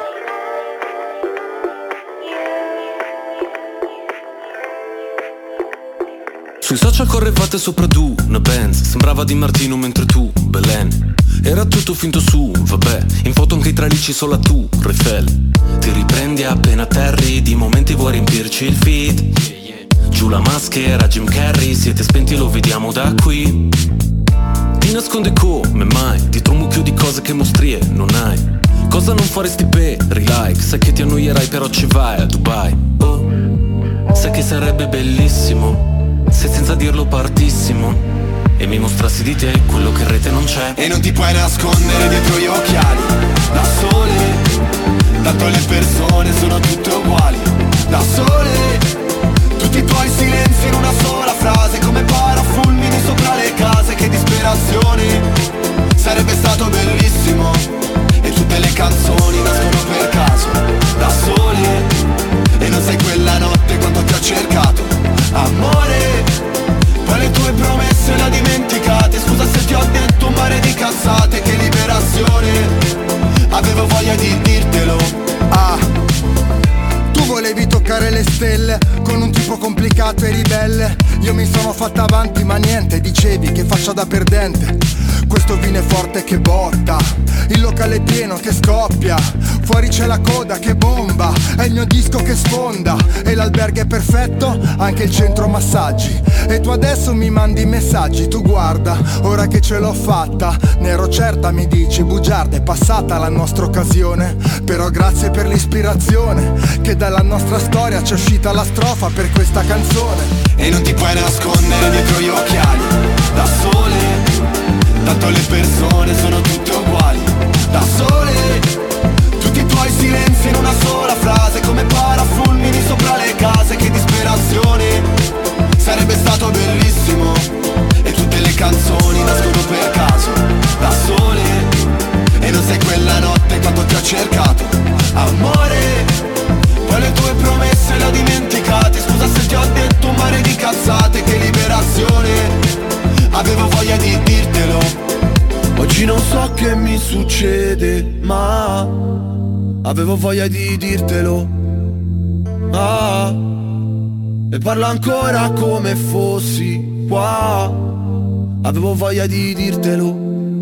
Speaker 13: Sui social correvate sopra tu, una Benz, sembrava Di Martino mentre tu, Belen. Era tutto finto su, vabbè, in foto anche i tralicci solo a tu, Eiffel. Ti riprendi appena atterri, di momenti vuoi riempirci il feed. Giù la maschera, Jim Carrey, siete spenti lo vediamo da qui. Ti nasconde come mai, dietro un mucchio di cose che mostrie non hai. Cosa non faresti per like, sai che ti annoierai però ci vai a Dubai. Oh, sai che sarebbe bellissimo se senza dirlo partissimo e mi mostrassi di te quello che in rete non c'è.
Speaker 14: E non ti puoi nascondere dietro gli occhiali, da sole, tanto le persone sono tutte uguali. Da sole, tutti i tuoi silenzi in una sola frase, come parafulmini sopra le case. Che disperazione, sarebbe stato bellissimo. E tutte le canzoni nascono per caso, da sole. E non sai quella notte quanto ti ho cercato, amore. Poi le tue promesse le ho dimenticate. Scusa se ti ho detto un mare di cazzate. Che liberazione, avevo voglia di dirtelo.
Speaker 15: Tu volevi toccare le stelle con un tipo complicato e ribelle. Io mi sono fatta avanti ma niente, dicevi che faccia da perdente. Questo vino è forte che botta, il locale è pieno che scoppia. Fuori c'è la coda che bomba, è il mio disco che sfonda. E l'albergo è perfetto, anche il centro massaggi. E tu adesso mi mandi messaggi, tu guarda, ora che ce l'ho fatta. Ne ero certa, mi dici, bugiarda, è passata la nostra occasione. Però grazie per l'ispirazione che dalla nostra storia storia, c'è uscita la strofa per questa canzone.
Speaker 14: E non ti puoi nascondere dietro gli occhiali, da sole, tanto le persone sono tutte uguali, da sole, tutti i tuoi silenzi in una sola frase, come parafulmini sopra le case, che disperazione, sarebbe stato bellissimo, e tutte le canzoni nascono per caso, da sole, e non sei quella notte quando ti ho cercato, amore, poi le tue promesse le ho dimenticate, scusa se ti ho detto un mare di cazzate, che liberazione, avevo voglia di dirtelo, oggi non so che mi succede, ma avevo voglia di dirtelo, e parlo ancora come fossi qua, avevo voglia di dirtelo,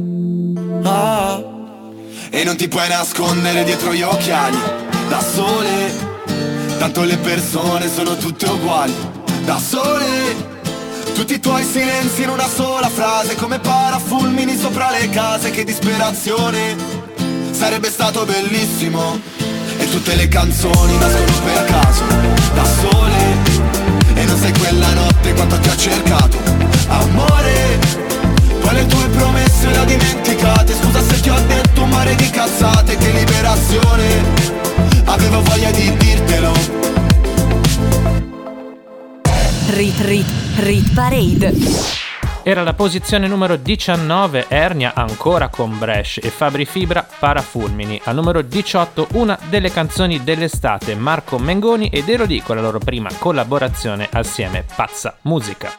Speaker 14: e non ti puoi nascondere dietro gli occhiali, da sole, tanto le persone sono tutte uguali, da sole, tutti i tuoi silenzi in una sola frase, come parafulmini sopra le case, che disperazione, sarebbe stato bellissimo, e tutte le canzoni nascono per caso, da sole, e non sei quella notte quando ti ho cercato, amore, poi le tue promesse le ho dimenticate, scusa se ti ho detto un mare di cazzate, che liberazione, avevo voglia di dirtelo.
Speaker 1: Rit Parade.
Speaker 3: Era la posizione numero 19 Ernia, ancora con Brescia, e Fabri Fibra, Parafulmini. Al numero 18 una delle canzoni dell'estate, Marco Mengoni ed Elodie con la loro prima collaborazione assieme, Pazza Musica.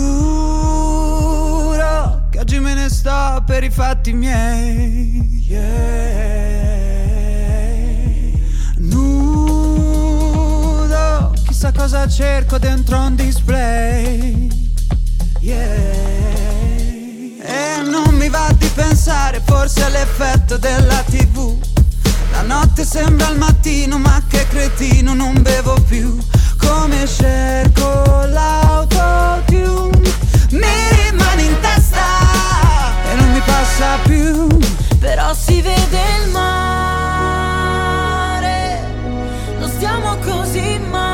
Speaker 6: Giuro che oggi me ne sto per i fatti miei, nudo, chissà cosa cerco dentro un display, e non mi va di pensare, forse è l'effetto della TV, la notte sembra il mattino, ma che cretino, non bevo più, come cerco l'autotune, mi rimane in testa e non mi passa più, però si vede il mare, non stiamo così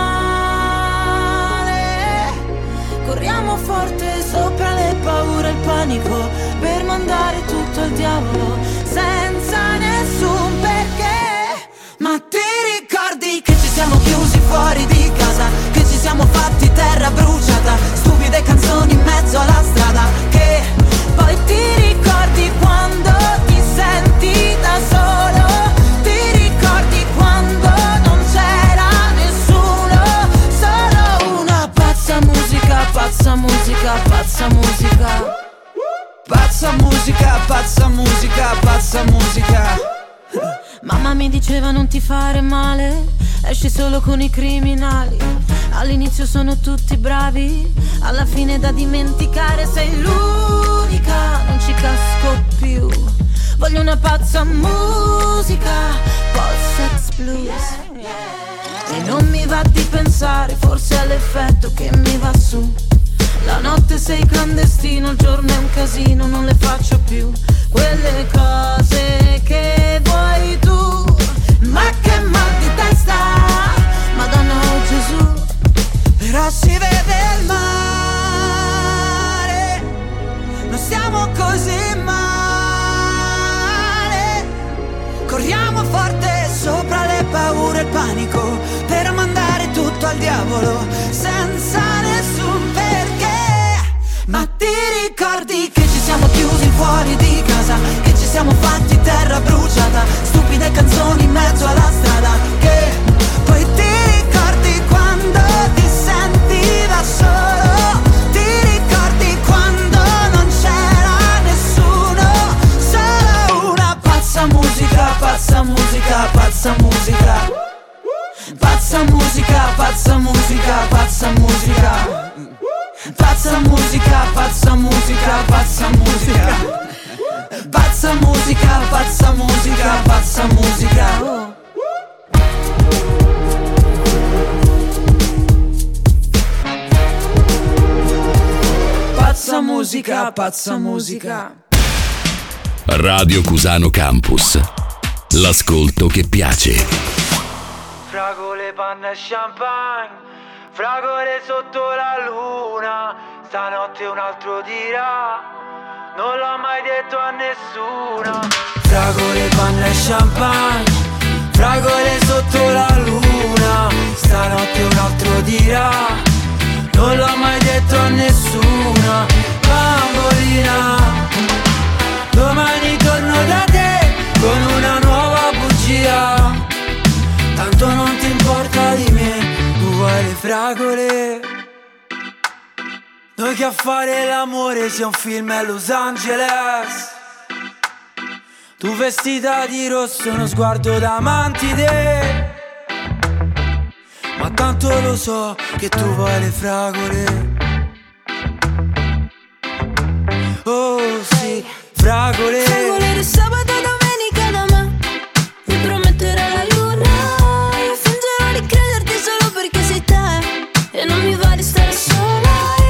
Speaker 6: male, corriamo forte sopra le paure e il panico, per mandare tutto al diavolo senza nessun perché. Ma ti ricordi che ci siamo chiusi fuori di casa, che ci siamo fatti terra bruciata, stupide canzoni in mezzo alla strada, che poi ti ricordi quando ti senti da solo, ti ricordi quando non c'era nessuno, solo una pazza musica, pazza musica, pazza musica, pazza musica, pazza musica, pazza musica. Mamma mi diceva non ti fare male, esci solo con i criminali, all'inizio sono tutti bravi, alla fine da dimenticare, sei l'unica, non ci casco più, voglio una pazza musica, post-sex blues, e non mi va di pensare, forse è l'effetto che mi va su, la notte sei clandestino, il giorno è un casino, non le faccio più, quelle cose che vuoi tu, ma che mal di testa, Madonna oh Gesù, però si vede il mare, non stiamo così male, corriamo forte sopra le paure e il panico, per mandare tutto al diavolo senza nessun perché. Ma ti ricordi che ci siamo chiusi fuori di casa, che ci siamo fatti terra bruciata, stupide canzoni in mezzo alla strada, che poi ti ricordi quando ti senti da solo, ti ricordi quando non c'era nessuno, solo una pazza musica, pazza musica, pazza musica, pazza musica, pazza musica, pazza musica, pazza musica, pazza musica, pazza musica, pazza musica, pazza musica, pazza musica. Pazza musica, pazza musica.
Speaker 7: Radio Cusano Campus. L'ascolto che piace.
Speaker 16: fragole, panna e champagne, fragole sotto la luna, stanotte un altro dirà, non l'ho mai detto a nessuno. Fragole, panna e champagne, fragole sotto la luna, stanotte un altro dirà, non l'ho mai detto a nessuno. Bambolina, domani torno da te con una nuova bugia, tanto non ti importa di me, tu vuoi le fragole. Noi che a fare l'amore sia un film a Los Angeles, tu vestita di rosso, uno sguardo da mantide, ma tanto lo so che tu vuoi le fragole. Oh sì, fragole.
Speaker 10: Fragole di sabato e domenica da me, mi prometterà la luna, io fingerò di crederti solo perché sei te, e non mi va di stare sola,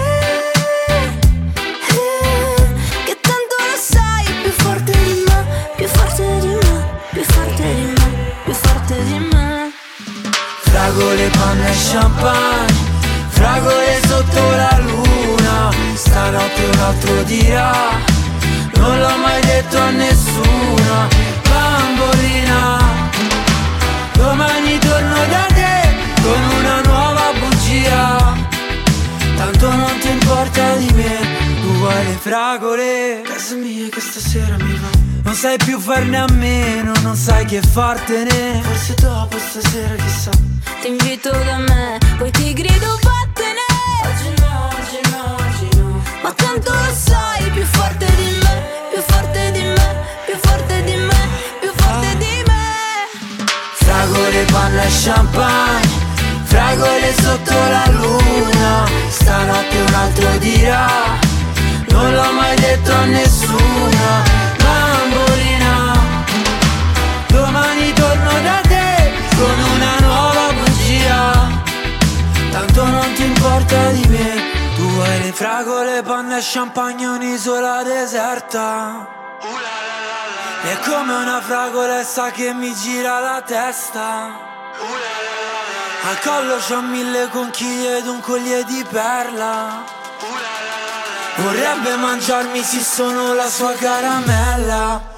Speaker 10: che tanto lo sai, più forte di me, più forte di me, più forte di me, più forte di me.
Speaker 16: Fragole, panna e champagne, fragole sotto la luna, stanotte un altro dirà, non l'ho mai detto a nessuno. Bambolina, domani torno da te con una nuova bugia, tanto non ti importa di me, tu vuoi le fragole. Casa mia che stasera mi va, non sai più farne a meno, non sai che fartene, forse dopo stasera chissà.
Speaker 10: Ti invito da me, poi ti grido vattene.
Speaker 16: Oggi no, oggi no, oggi no,
Speaker 10: ma tanto lo sai, più forte di me, più forte di me, più forte di me, più forte di me.
Speaker 16: Fragole, panna e champagne, fragole sotto la luna, stanotte un altro dirà, non l'ho mai detto a nessuno. Bambolina, domani torno da te con una nuova bugia, tanto non ti importa di me, tu vuoi le fragole, panna e champagne, un'isola deserta, è come una fragolessa che mi gira la testa, al collo c'ho 1000 conchiglie ed un collier di perla, vorrebbe mangiarmi se sono la sua caramella.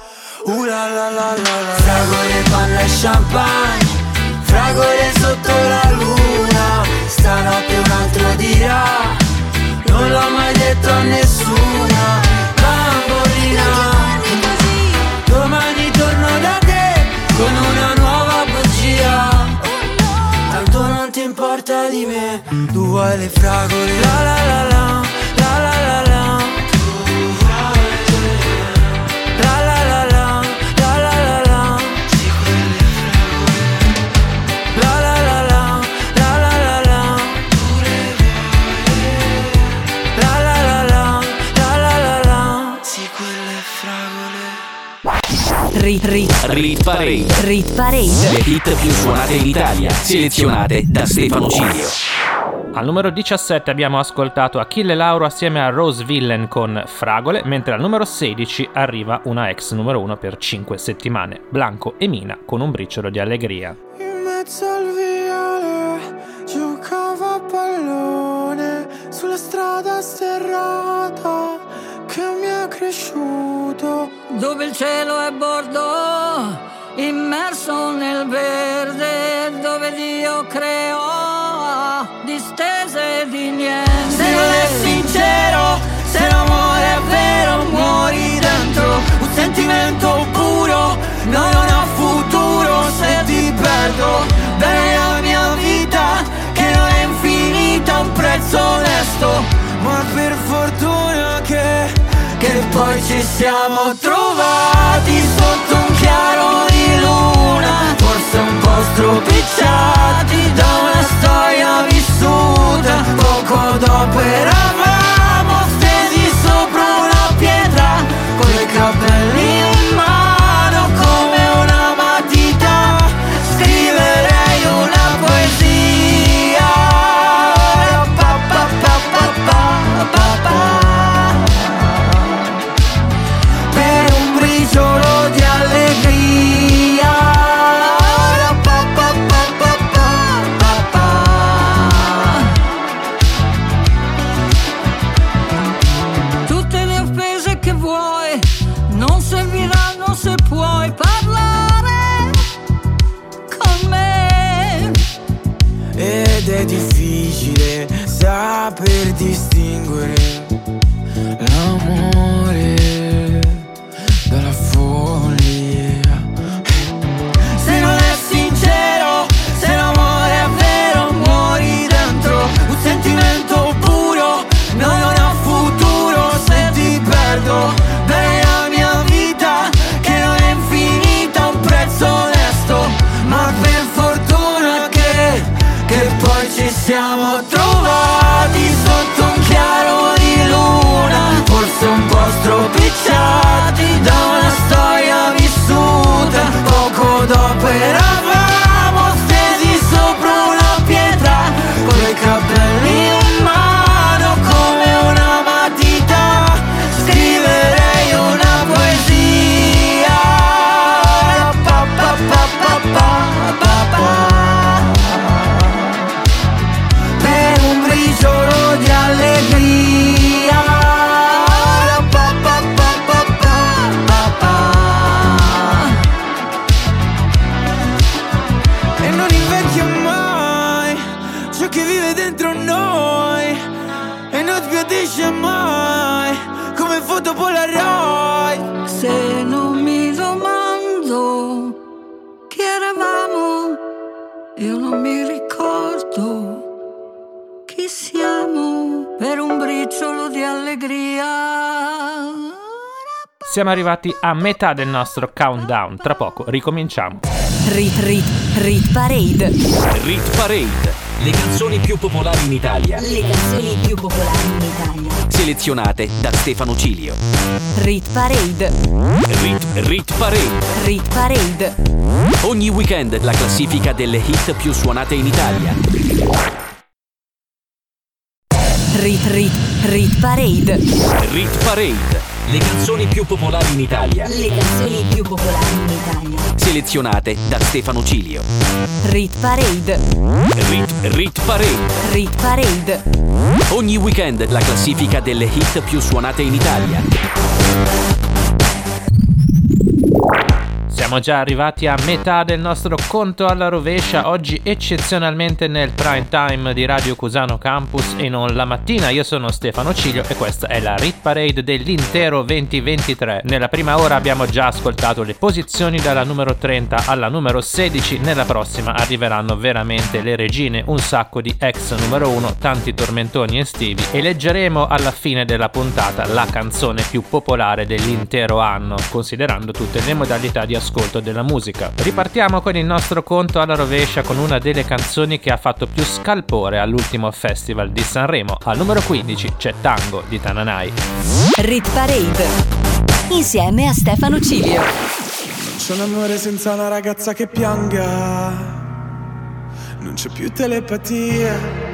Speaker 16: Fragole, panna e champagne, fragole sotto la luna, stanotte un altro dirà, non l'ho mai detto a nessuno. Bambolina, domani torno da te con una nuova bugia, tanto non ti importa di me, tu vuoi le fragole. La la la la, la la la la, la la la la, la la la la, la la la la, la la la la, la la la la, la la la la, sì quelle fragole.
Speaker 2: Rit Parade.
Speaker 1: Rit Parade.
Speaker 2: Le hit più suonate in Italia, selezionate da Stefano Cilio.
Speaker 3: Al numero 17 abbiamo ascoltato Achille Lauro assieme a Rose Villain con Fragole, mentre al numero 16 arriva una ex numero 1 per 5 settimane, Blanco e Mina con Un briciolo di allegria.
Speaker 17: In mezzo al viale giocavo a pallone sulla strada sterrata che mi è cresciuto,
Speaker 18: dove il cielo è bordo immerso nel verde, dove Dio creò distese di niente.
Speaker 6: Se non è sincero, se l'amore è vero, muori dentro un sentimento puro, non ha futuro se ti perdo. Bene la mia vita che non è infinita, un prezzo onesto, ma per fortuna che poi ci siamo trovati sotto un chiaro di luna, forse un po' stropicciati da una storia vissuta. Poco dopo eravamo stesi sopra una pietra, con i capelli in mano come una matita, scriverei una poesia. Pa, pa, pa, pa, pa, pa, pa. Solo di allegria, pa, pa, pa, pa, pa.
Speaker 17: è difficile saper distinguere l'amore dalla follia. Se non è sincero, se l'amore è vero, muori dentro un sentimento puro. No, non ha futuro se ti perdo. Bene la mia vita, che non è infinita, un prezzo onesto, ma per fortuna che poi ci siamo trovati sotto un chiaro di luna, forse un po' stropicciati da una storia vissuta. Poco dopo eravamo stesi sopra una pietra, con i capelli in mano come una matita. Scriverei una poesia, pa pa pa pa pa pa pa, per un briciolo di allegria, pa pa pa pa pa pa pa. E non invecchia mai ciò che vive dentro noi, e non sbiadisce mai come foto Polaroid.
Speaker 18: Se non mi domando chi eravamo, io non mi ricordo chi siamo, per un briciolo di allegria.
Speaker 3: Siamo arrivati a metà del nostro countdown, tra poco ricominciamo.
Speaker 1: Rit Parade.
Speaker 2: Rit Parade, le canzoni più popolari in Italia.
Speaker 1: Le canzoni più popolari in Italia.
Speaker 2: Selezionate da Stefano Cilio.
Speaker 1: Rit Parade.
Speaker 2: Rit Parade.
Speaker 1: Rit Parade.
Speaker 2: Ogni weekend la classifica delle hit più suonate in Italia.
Speaker 1: Rit Parade.
Speaker 2: Rit Parade, le canzoni più popolari in Italia.
Speaker 1: Le canzoni più popolari in Italia.
Speaker 2: Selezionate da Stefano Cilio.
Speaker 1: Rit Parade.
Speaker 2: Rit Parade.
Speaker 1: Rit Parade.
Speaker 2: Ogni weekend la classifica delle hit più suonate in Italia.
Speaker 3: Siamo già arrivati a metà del nostro conto alla rovescia, oggi eccezionalmente nel prime time di Radio Cusano Campus e non la mattina. Io sono Stefano Cilio e questa è la Rit Parade dell'intero 2023. Nella prima ora abbiamo già ascoltato le posizioni dalla numero 30 alla numero 16, nella prossima arriveranno veramente le regine, un sacco di ex numero 1, tanti tormentoni estivi e leggeremo alla fine della puntata la canzone più popolare dell'intero anno, considerando tutte le modalità di ascolto della musica. Ripartiamo con il nostro conto alla rovescia con una delle canzoni che ha fatto più scalpore all'ultimo festival di Sanremo. Al numero 15 c'è Tango di Tananai.
Speaker 1: Rit Parade insieme a Stefano Cilio.
Speaker 17: Non c'è un amore senza una ragazza che pianga, non c'è più telepatia.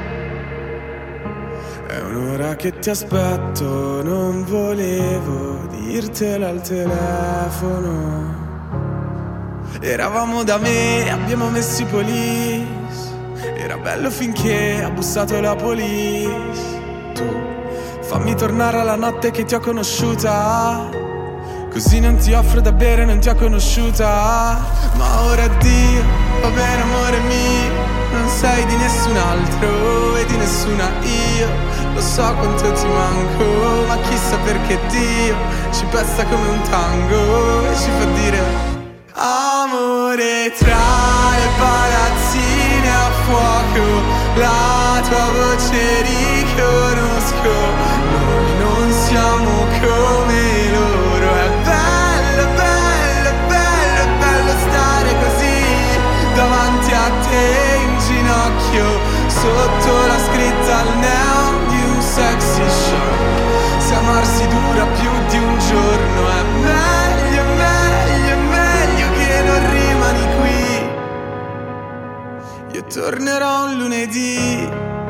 Speaker 17: È un'ora che ti aspetto, non volevo dirtelo al telefono. Eravamo da me, abbiamo messo i police. Era bello finché ha bussato la police. Tu fammi tornare alla notte che ti ho conosciuta, così non ti offro da bere, non ti ho conosciuta. Ma ora addio, va bene amore mio, non sei di nessun altro e di nessuna io. Lo so quanto ti manco, ma chissà perché Dio ci pesta come un tango e ci fa dire amore tra le palazzine a fuoco. La tua voce riconosco, noi non siamo come loro. È bello, bello, bello, bello stare così davanti a te in ginocchio, sotto la scritta al neon di un sexy show. Se amarsi dura più di un giorno è meglio, meglio, meglio che non rimani qui. Io tornerò un lunedì.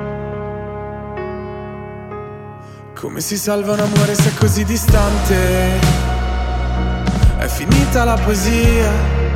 Speaker 17: Come si salva un amore se è così distante? È finita la poesia.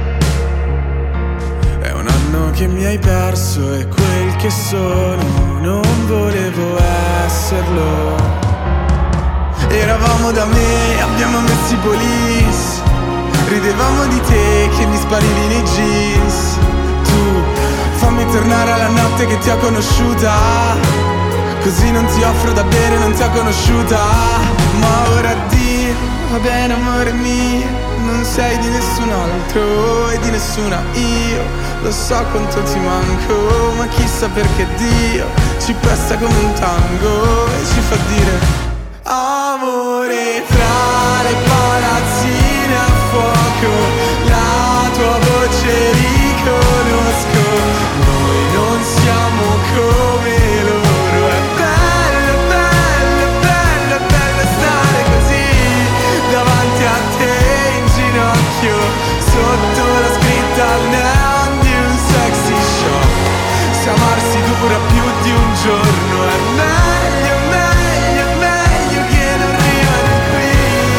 Speaker 17: È un anno che mi hai perso e quel che sono non volevo esserlo. Eravamo da me, abbiamo messo i police. Ridevamo di te che mi sparivi nei jeans. Tu fammi tornare alla notte che ti ho conosciuta, così non ti offro da bere, non ti ho conosciuta. Ma ora addio, va bene amore mio, non sei di nessun altro e di nessuna io. Lo so quanto ti manco, ma chissà perché Dio ci presta come un tango e ci fa dire amore. Tra le palazzine a fuoco la tua voce riconosco. Noi non siamo come loro. È bello, bello, bello, bello stare così davanti a te in ginocchio, sotto la scritta al neon di un sexy shop. Se amarsi dura più di un giorno è meglio, meglio, meglio che non rimani qui.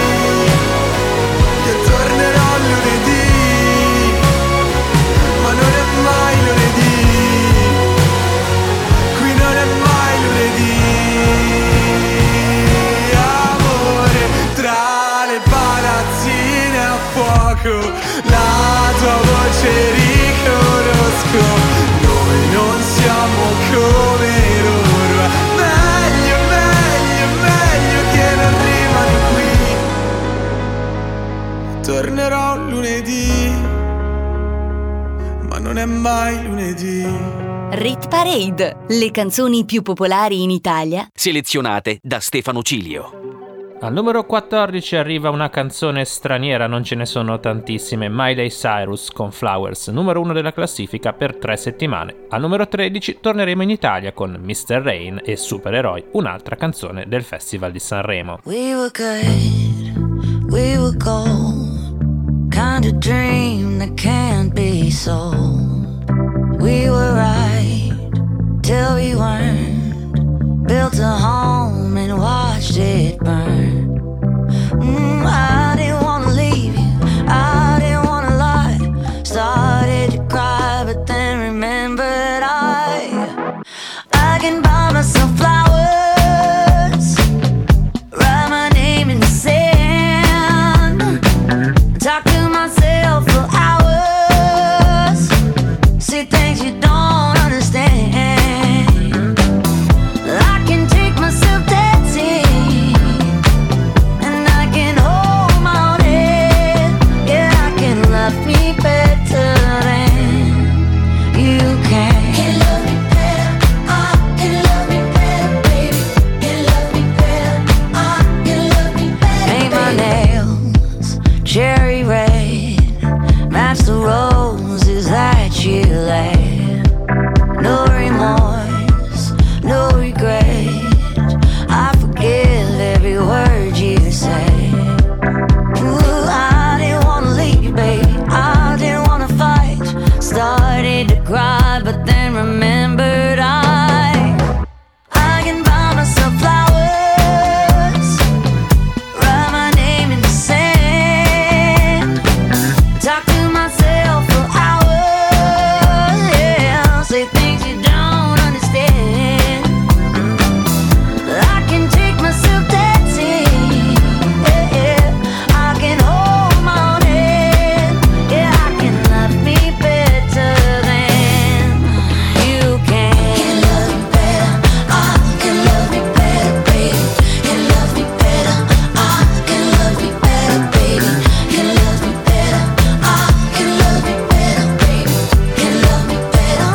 Speaker 17: Io tornerò lunedì, ma non è mai lunedì. Qui non è mai lunedì. Amore, tra le palazzine a fuoco la tua voce riconosco. Noi non siamo come loro. Meglio, meglio, meglio che non rimani qui. Tornerò lunedì, ma non è mai lunedì.
Speaker 1: Rit Parade, le canzoni più popolari in Italia,
Speaker 2: selezionate da Stefano Cilio.
Speaker 3: Al numero 14 arriva una canzone straniera, non ce ne sono tantissime, Miley Cyrus con Flowers, numero 1 della classifica per 3 settimane. Al numero 13 torneremo in Italia con Mr. Rain e Supereroi, un'altra canzone del Festival di Sanremo.
Speaker 10: We were good, we were gold, kind of dream that can't be sold. We were right till we weren't, built a home and watched it burn. I didn't wanna leave you, I didn't wanna lie. Started to cry but then remembered I can buy myself flowers, write my name in the sand, talk to myself for hours, see things you don't understand. I can take myself dancing, and I can hold my own head. Yeah, I can love me better than you can. Can love me better, I can love me better, baby. Can love me better, I can love me better. Paint my nails cherry red, match the roses that you laid. No remorse, no regret, I forgive every word you say. Ooh, I didn't wanna leave you, baby, I didn't wanna fight. Started to cry, but then remembered I can buy myself flowers, write my name in the sand, talk to myself for hours, yeah, say things you don't understand. I can take myself dancing, yeah, I can hold my own head, yeah, I can love me better than you can. Can love me better, I can love me better, baby. Can love me better, I can love me better, baby. Can love me better, I can love me better, baby. Can love me better,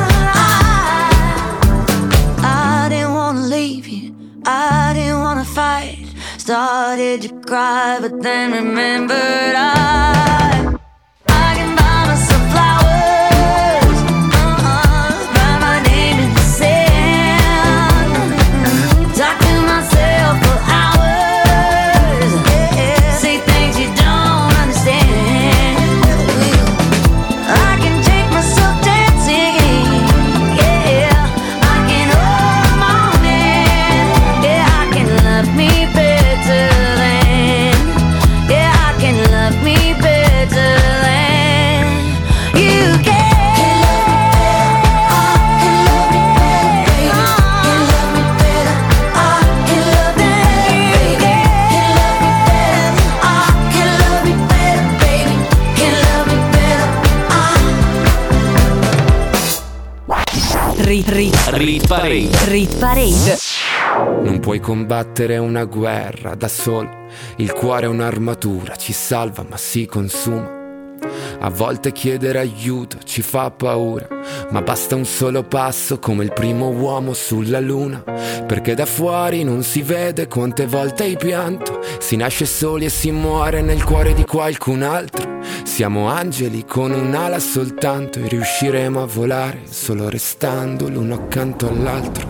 Speaker 10: I didn't wanna leave you, I didn't wanna fight. Started to cry, but then remembered I can buy myself flowers, write my name in the sand, talk to myself for hours, yeah, say things you don't understand. I can take myself dancing, yeah, I can hold my own hand, yeah, I can love me better than, yeah, I can love me better.
Speaker 2: Rit Parade.
Speaker 19: Non puoi combattere una guerra da solo. Il cuore è un'armatura, ci salva ma si consuma. A volte chiedere aiuto ci fa paura, ma basta un solo passo come il primo uomo sulla luna. Perché da fuori non si vede quante volte hai pianto. Si nasce soli e si muore nel cuore di qualcun altro. Siamo angeli con un'ala soltanto e riusciremo a volare solo restando l'uno accanto all'altro.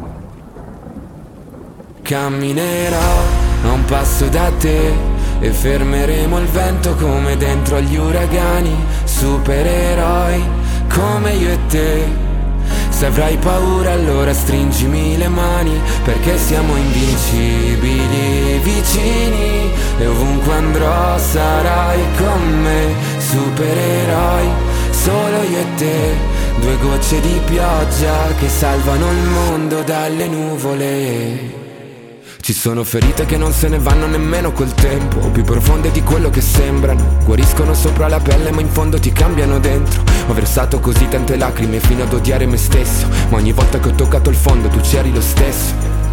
Speaker 19: Camminerò a un passo da te e fermeremo il vento come dentro agli uragani. Supereroi come io e te. Se avrai paura allora stringimi le mani, perché siamo invincibili vicini. E ovunque andrò sarai con me. Supereroi solo io e te. Due gocce di pioggia che salvano il mondo dalle nuvole. Ci sono ferite che non se ne vanno nemmeno col tempo, più profonde di quello che sembrano. Guariscono sopra la pelle ma in fondo ti cambiano dentro. Ho versato così tante lacrime fino ad odiare me stesso, ma ogni volta che ho toccato il fondo tu c'eri lo stesso.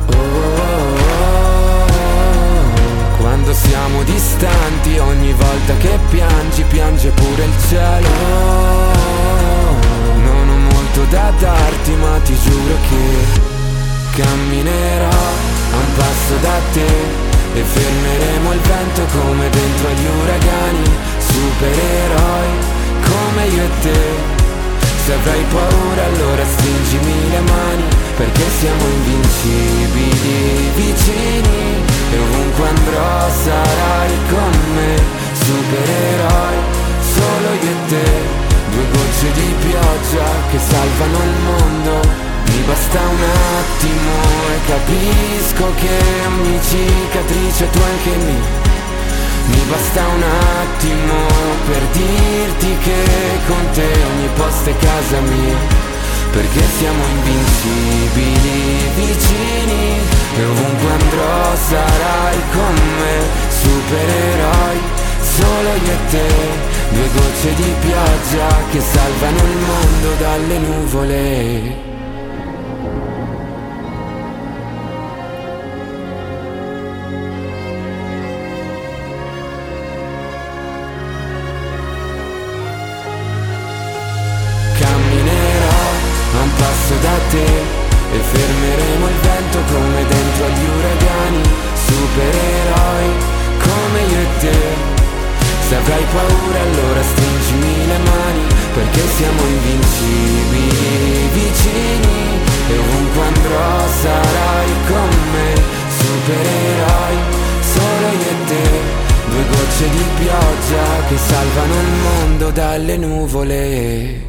Speaker 19: Quando siamo distanti, ogni volta che piangi, piange pure il cielo. Non ho molto da darti ma ti giuro che camminerò a un passo da te e fermeremo il vento come dentro agli uragani. Supereroi come io e te. Se avrai paura allora stringimi le mani, perché siamo invincibili vicini. E ovunque andrò sarai con me. Supereroi solo io e te. Due gocce di pioggia che salvano il mondo. Mi basta un attimo e capisco che ogni cicatrice tu anche mi basta un attimo per dirti che con te ogni posto è casa mia. Perché siamo invincibili vicini. E ovunque andrò sarai con me. Supereroi solo io e te. Due gocce di pioggia che salvano il mondo dalle nuvole. Da te e fermeremo il vento come dentro agli uragani. Supereroi come io e te. Se avrai paura allora stringimi le mani, perché siamo invincibili vicini. E ovunque andrò sarai con me. Supereroi solo io e te. Due gocce di pioggia che salvano il mondo dalle nuvole.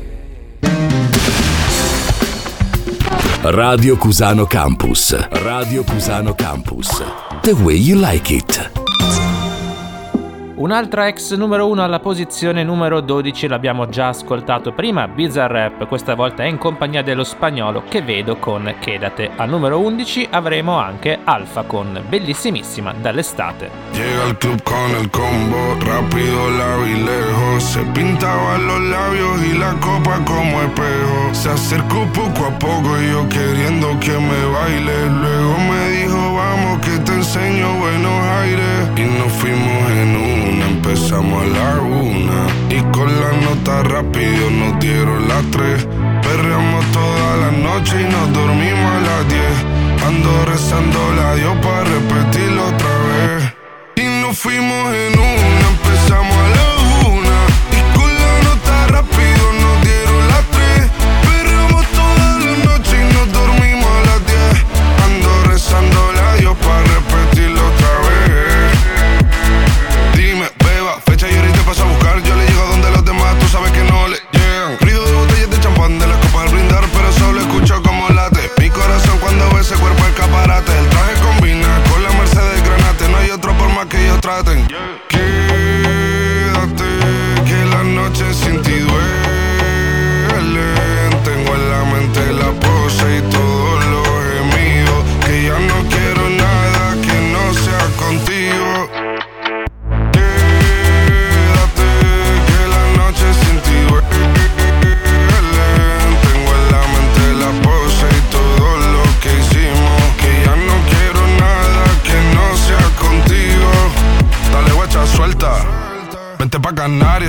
Speaker 7: Radio Cusano Campus. Radio Cusano Campus. The way you like it.
Speaker 3: Un'altra ex numero 1 alla posizione numero 12, l'abbiamo già ascoltato prima, Bizarrap, questa volta è in compagnia dello Spagnolo che vedo con Quédate. Al numero 11 avremo anche Alfa con Bellissimissima dall'estate.
Speaker 20: Llega al club con el combo, rápido la vi lejos, se pintaba los labios y la copa como espejo, se acercó poco a poco y yo queriendo que me baile, luego me dijo vamos que te enseño Buenos Aires y nos fuimos en una, empezamos a la 1 y con la nota rápido nos dieron las 3, perreamos toda la noche y nos dormimos a las 10, ando rezando a Dios para repetirlo otra vez. Y nos fuimos en una, empezamos a la 1 y con la nota rápido nos dieron las 3, perreamos toda la noche y nos dormimos a las 10, ando rezando a Dios para repetirlo otra vez. Dime, beba, fecha y ahorita paso a buscar, yo le llego donde los demás tú sabes que no le llegan. Ruido de botellas de champán de las copas al brindar, pero solo escucho como late mi corazón cuando ve ese cuerpo escaparate. El traje combina con la Mercedes Granate, no hay otro por más que ellos traten.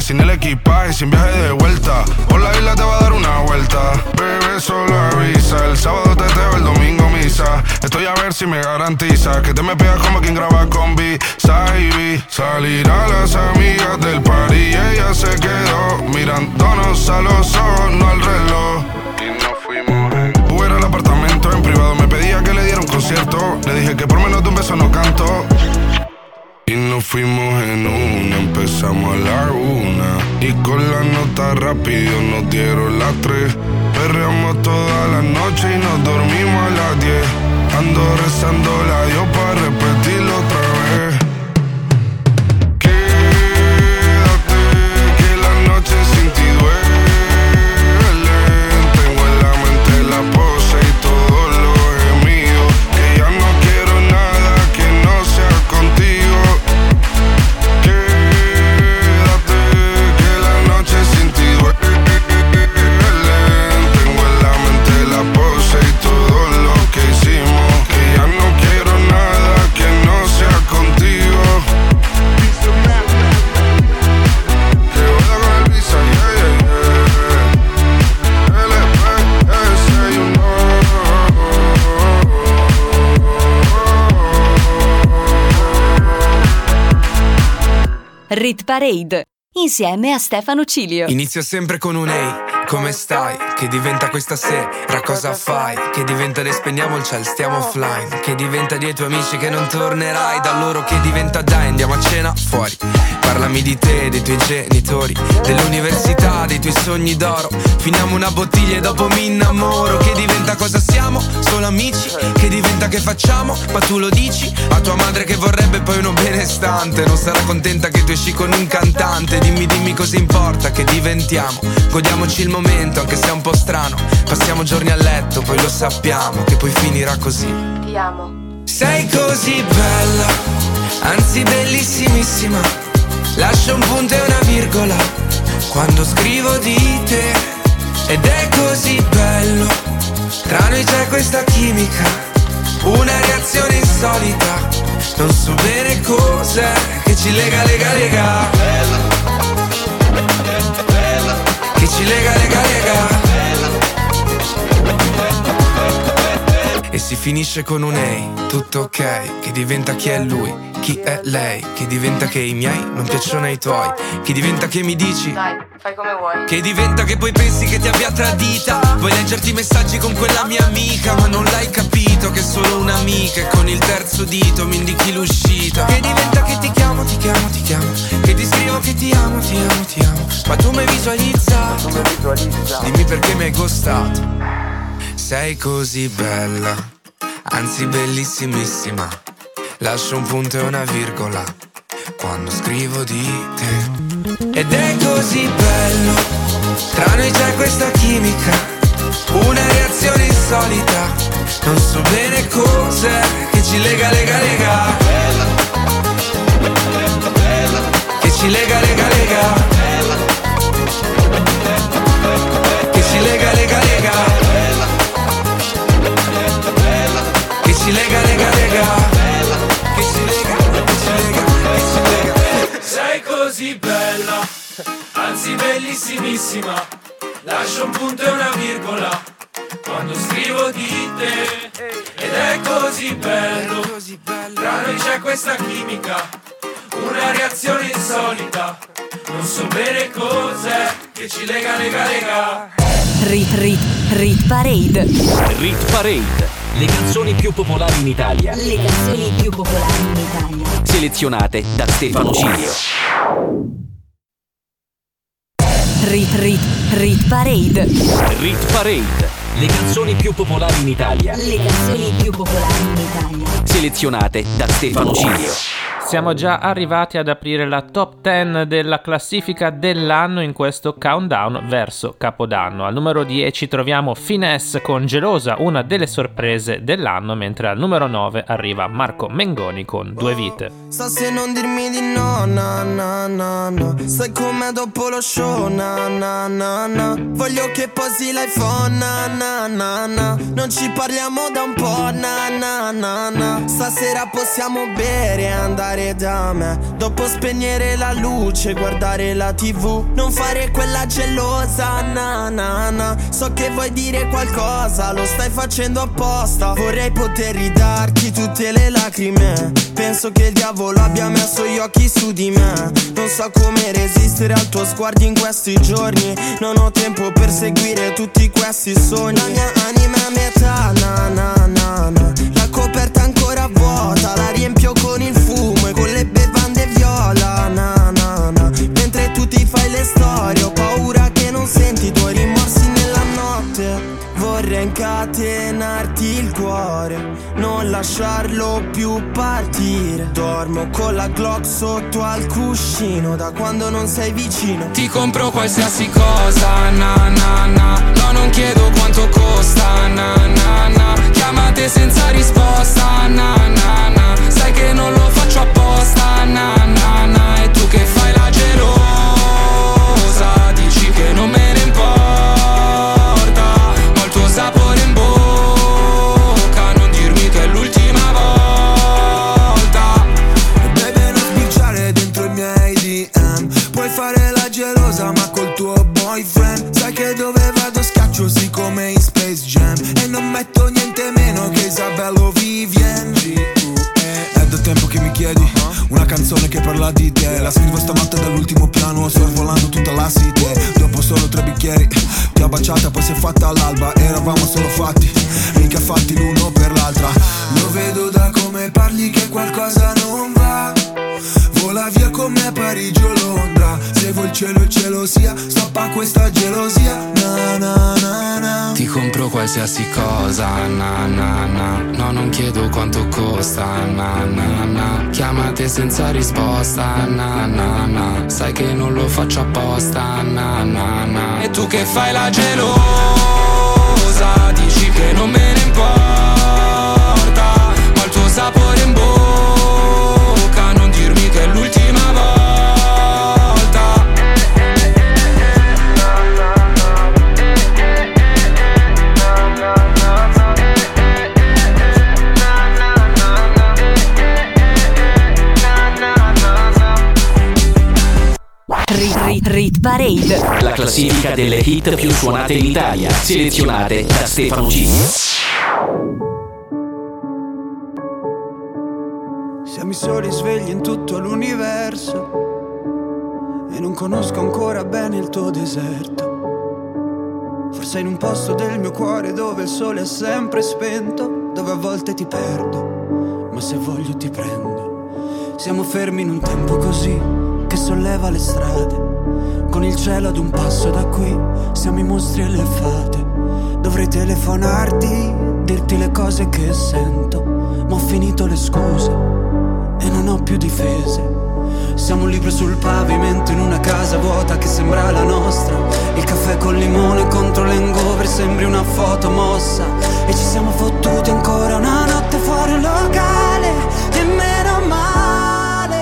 Speaker 20: sin el equipaje, sin viaje de vuelta. Por la isla te va a dar una vuelta. Bebé, solo avisa. El sábado teteo, el domingo misa. Estoy a ver si me garantiza que te me pegas como quien graba con B-Side. Salir a las amigas del party y ella se quedó mirándonos a los ojos, no al reloj. Y nos fuimos en Uber al apartamento en privado. Me pedía que le diera un concierto. Le dije que por menos de un beso no canto. Y nos fuimos en una, empezamos a la 1. Y con la nota rápido nos dieron las 3. Perreamos toda la noche y nos dormimos a las 10. Ando rezando la Dios para repetirlo otra vez. Quédate, que la noche sin ti duele. Tengo en la mente la pose y todo lo gemido. Que ya no quiero nada que no sea contigo. Quédate, que la noche sin ti duele. Tengo en la mente la pose y todo lo que hicimos. Que ya no quiero nada que no sea contigo. Que vuelva con el visa, yeah, yeah, yeah. LPS, you know.
Speaker 1: Rit Parade, insieme a Stefano Cilio.
Speaker 19: Inizia sempre con un ehi, come stai? Che diventa questa sera, cosa fai? Che diventa de spegniamo il ciel, stiamo offline. Che diventa dei tuoi amici che non tornerai da loro. Che diventa dai, andiamo a cena fuori. Parlami di te, dei tuoi genitori, dell'università, dei tuoi sogni d'oro. Finiamo una bottiglia e dopo mi innamoro. Che diventa cosa siamo? Solo amici? Che diventa che facciamo? Ma tu lo dici a tua madre che vorrebbe poi uno benestante. Non sarà contenta che tu esci con un cantante. Dimmi cosa importa che diventiamo. Godiamoci il momento anche se è un po' strano. Passiamo giorni a letto, poi lo sappiamo che poi finirà così.
Speaker 10: Ti amo.
Speaker 19: Sei così bella, anzi bellissimissima. Lascio un punto e una virgola quando scrivo di te. Ed è così bello, tra noi c'è questa chimica, una reazione insolita. Non so bene cos'è che ci lega. Che ci lega. E si finisce con un ehi, tutto ok. Che diventa chi è lui, chi è lei. Che diventa che i miei non piacciono ai tuoi. Che diventa che mi dici
Speaker 10: Dai, fai come vuoi.
Speaker 19: che diventa che poi pensi che ti abbia tradita. Vuoi leggerti i messaggi con quella mia amica, ma non l'hai capito che è solo un'amica. E con il terzo dito mi indichi l'uscita. Che diventa che ti chiamo. Che ti scrivo che ti amo. Ma tu mi visualizza. Dimmi perché mi hai ghostato. Sei così bella, anzi bellissimissima. Lascio un punto e una virgola quando scrivo di te. Ed è così bello, tra noi c'è questa chimica, una reazione insolita. Non so bene cos'è che ci lega. Che ci lega. Che ci lega. Che ci lega. Che ci lega.
Speaker 6: Sei così bella, anzi bellissimissima. Lascio un punto e una virgola quando scrivo di te. Ed è così bello, tra noi c'è questa chimica, una reazione insolita. Non so bene cos'è che ci lega.
Speaker 1: Rit Parade.
Speaker 2: Rit Parade. Le canzoni più popolari in Italia. Selezionate da Stefano Cilio.
Speaker 1: Rit Parade.
Speaker 2: Rit Parade. Le canzoni più popolari in Italia. Selezionate da Stefano Cilio.
Speaker 3: Siamo già arrivati ad aprire la top 10 della classifica dell'anno in questo countdown verso Capodanno. Al numero 10 troviamo Finesse con Gelosa, una delle sorprese dell'anno, mentre al numero 9 arriva Marco Mengoni con Due Vite.
Speaker 8: Sa se non dirmi di no, no. Sai com'è dopo lo show, no. Voglio che posi l'iPhone, no. Non ci parliamo da un po', no. Stasera possiamo bere e andare andare da me. Dopo spegnere la luce, guardare la TV, non fare quella gelosa, na na na. So che vuoi dire qualcosa, lo stai facendo apposta. Vorrei poter ridarti tutte le lacrime. Penso che il diavolo abbia messo gli occhi su di me. Non so come resistere al tuo sguardo in questi giorni. Non ho tempo per seguire tutti questi sogni. La mia anima è a metà, na na na na. La coperta ancora vuota, la riempio con il fumo e con le bevande viola, na na na. Mentre tu ti fai le storie, ho paura che non senti i tuoi rimorsi nella notte. Vorrei incatenarti il cuore, non lasciarlo più partire. Dormo con la Glock sotto al cuscino da quando non sei vicino.
Speaker 21: Ti compro qualsiasi cosa, na na na. No, non chiedo quanto costa, na na na. Chiamate senza risposta, na na na. Sai che non lo faccio apposta, na na na. E tu che fai la gelosa, dici che non me ne importa, ma il tuo sapore in bocca, non dirmi che è l'ultima volta.
Speaker 14: Baby, non sbirciare dentro i miei DM. Puoi fare la gelosa ma col tuo boyfriend. Sai che dove vado schiaccio sì come in Space Jam. E non metto niente meno che Isabella Vivien. È da tempo che mi chiedi una canzone che parla di te. La scrivo stamattina dall'ultimo piano, sorvolando tutta la city. Dopo solo 3 bicchieri ti ho baciata, poi si è fatta all'alba. Eravamo solo fatti, mica fatti l'uno per l'altra. Lo vedo da come parli che qualcosa non va. Vola via con me a Parigi o Londra. Se vuoi il cielo sia, stoppa questa gelosia, na na na na.
Speaker 21: Ti compro qualsiasi cosa, na na na. No, non chiedo quanto costa, na na na. Chiamate senza risposta, na na na. Sai che non lo faccio apposta, na na na. E tu che fai la gelosa, dici che non me ne importa, ma il tuo sapore in bocca, non dirmi che è l'ultima volta.
Speaker 1: Rit Parade,
Speaker 2: la classifica delle hit più suonate in Italia, selezionate da Stefano G.
Speaker 22: Siamo i soli svegli in tutto l'universo e non conosco ancora bene il tuo deserto. Forse in un posto del mio cuore dove il sole è sempre spento, dove a volte ti perdo, ma se voglio ti prendo. Siamo fermi in un tempo così che solleva le strade, con il cielo ad un passo da qui. Siamo i mostri e le fate. Dovrei telefonarti, dirti le cose che sento, ma ho finito le scuse e non ho più difese. Siamo un libro sul pavimento in una casa vuota che sembra la nostra. Il caffè col limone contro l'hangover sembri una foto mossa. E ci siamo fottuti ancora una notte fuori un locale, e meno male.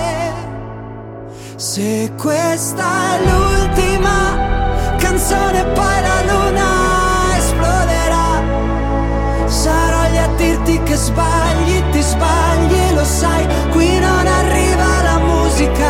Speaker 22: Se questa è l'ultima canzone poi la luna esploderà. Sarò lì a dirti che sbagli, ti sbagli e lo sai. Qui non arriva la musica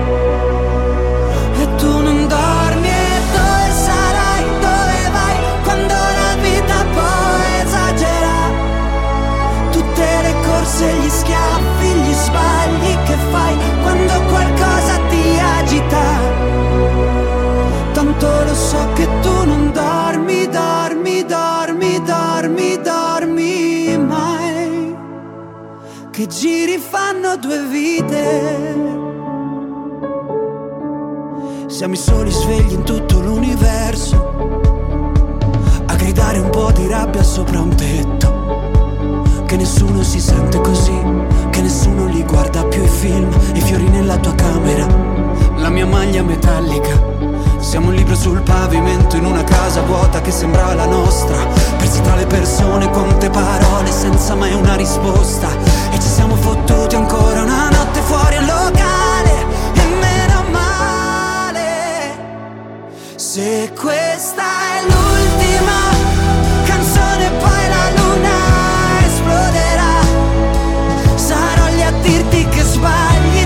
Speaker 22: e tu non dormi. E dove sarai, dove vai, quando la vita poi esagera? Tutte le corse, gli schiaffi, gli sbagli che fai quando qualcosa ti agita. Tanto lo so che tu non dormi, dormi, dormi, dormi, dormi mai. Che giri fanno 2 vite. Siamo i soli svegli in tutto l'universo, a gridare un po' di rabbia sopra un tetto. Che nessuno si sente così, che nessuno li guarda più i film. I fiori nella tua camera, la mia maglia metallica. Siamo un libro sul pavimento in una casa vuota che sembra la nostra. Persi tra le persone, quante parole senza mai una risposta. E ci siamo fottuti ancora una notte fuori al locale, e meno male. Se questa è l'ultima canzone poi la luna esploderà. Sarò lì a dirti che sbagli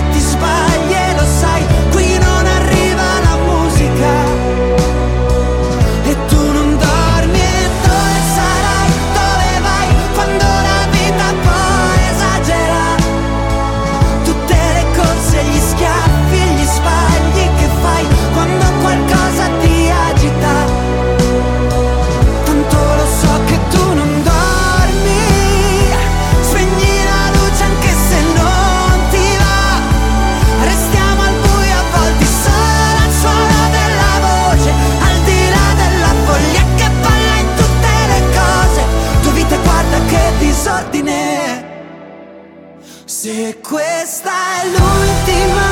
Speaker 10: Se questa è l'ultima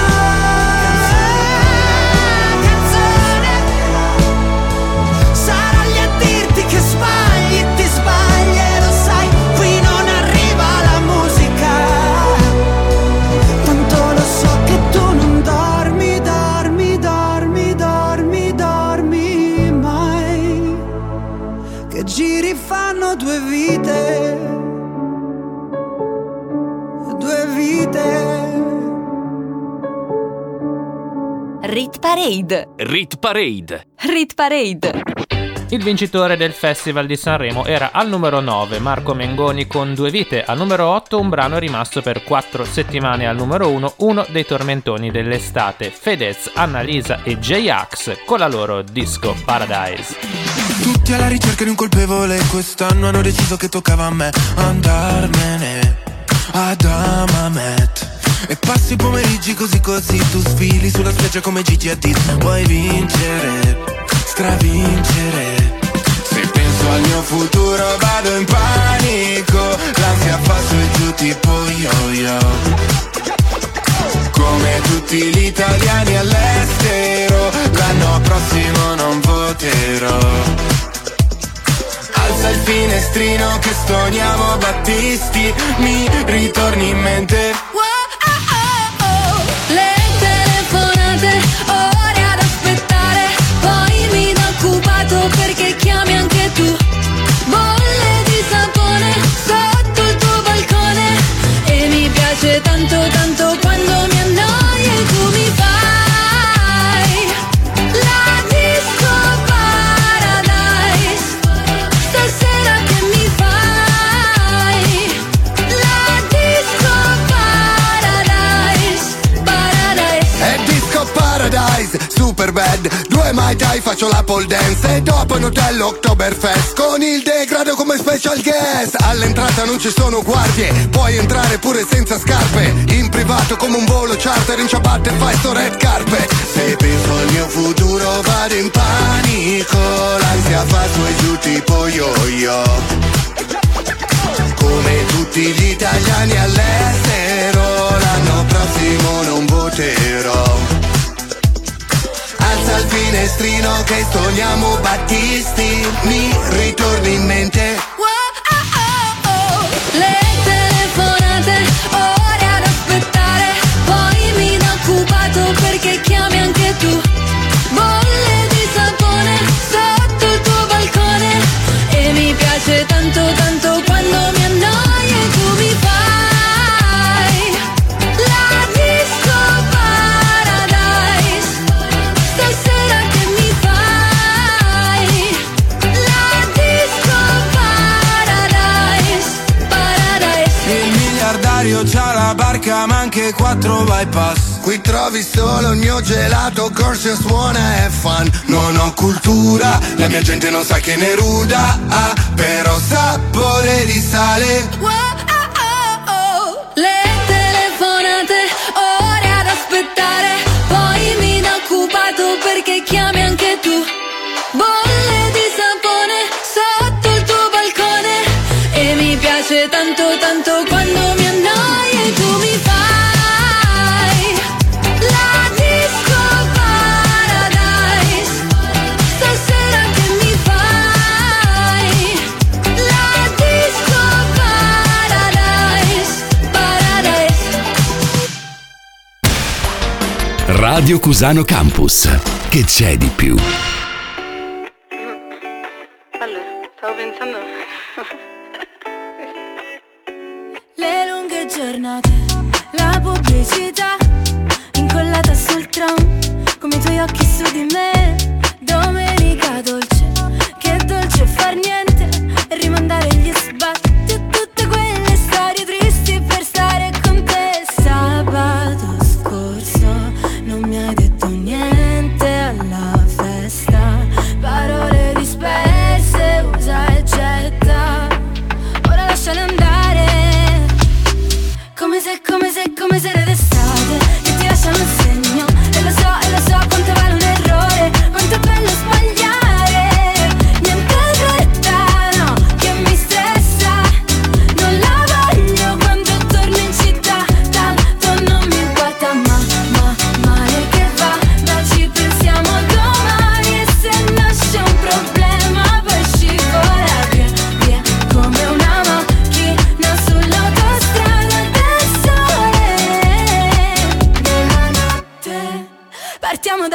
Speaker 10: canzone, sarò lì a dirti che sbagli, ti sbagli e lo sai, qui non arriva la musica. Tanto lo so che tu non dormi, dormi, dormi, dormi, dormi mai. Che giri fanno due vite, due vite.
Speaker 1: Rit Parade.
Speaker 2: Rit Parade.
Speaker 1: Rit Parade.
Speaker 3: Il vincitore del Festival di Sanremo era al numero 9 Marco Mengoni con Due vite, al numero 8 un brano rimasto per 4 settimane al numero 1, uno dei tormentoni dell'estate, Fedez, Annalisa e J-Ax con la loro Disco Paradise.
Speaker 14: Tutti alla ricerca di un colpevole, quest'anno hanno deciso che toccava a me andarmene ad Amamet. E passi i pomeriggi così così, tu sfili sulla spiaggia come Gigi Hadid. Vuoi vincere, stravincere. Se penso al mio futuro vado in panico, l'ansia fa su e giù tipo yo-yo. Come tutti gli italiani all'estero, l'anno prossimo non voterò. Alza il finestrino che stoniamo Battisti, mi ritorni in mente.
Speaker 10: Le telefonate, ore ad aspettare, poi mi do occupato perché chiami anche tu. Bolle di sapone sotto il tuo balcone, e mi piace tanto tanto quando mi annoio e tu mi fai la disco paradise. Stasera che mi fai la disco paradise.
Speaker 15: È Disco Paradise, super bad. 2 Mai Tai, faccio la pole dance. E dopo in hotel Oktoberfest con il degrado come special guest. All'entrata non ci sono guardie, puoi entrare pure senza scarpe. In privato come un volo charter, in ciabatte fai sto red carpet. Se penso al mio futuro vado in panico, l'ansia fa su e giù tipo yo-yo. Come tutti gli italiani all'estero, l'anno prossimo non voterò. Alza il finestrino che stoniamo Battisti, mi ritorni in mente.
Speaker 10: Le telefonate, ore ad aspettare, poi mi do occupato perché chiami anche tu. Bolle di sapone sotto il tuo balcone, e mi piace tanto tanto quando mi annoio e tu mi fai la disco paradise. Stasera che mi fai la disco paradise. Paradise.
Speaker 14: Il miliardario c'ha la barca ma anche 4 bypass.
Speaker 15: Qui trovi solo il mio gelato, corso suona e fan. Non ho cultura, la mia gente non sa che ne ruda, però sapore di sale.
Speaker 10: Le telefonate, ore ad aspettare, poi mi do occupato perché chiami anche tu. Bolle di sapone sotto il tuo balcone, e mi piace tanto tanto quando mi annoio e tu mi fai la disco paradise. Stasera che mi fai la disco paradise. Paradise.
Speaker 7: Radio Cusano Campus. Che c'è di più?
Speaker 4: Allora, stavo pensando.
Speaker 10: Le lunghe giornate, la pubblicità incollata sul tram, come i tuoi occhi su di me. Domenica dolce, che dolce far niente e rimandare gli sbatti a tutte quelle storie tristi per stare con te. Sabato scorso non mi hai detto niente alla festa, parole disperse, usa e getta. Ora lasciale andare, come se era d'estate, che ti lasciano il segno. E lo so quanto vale un errore, quanto è bello sbagliare. Niente fretta,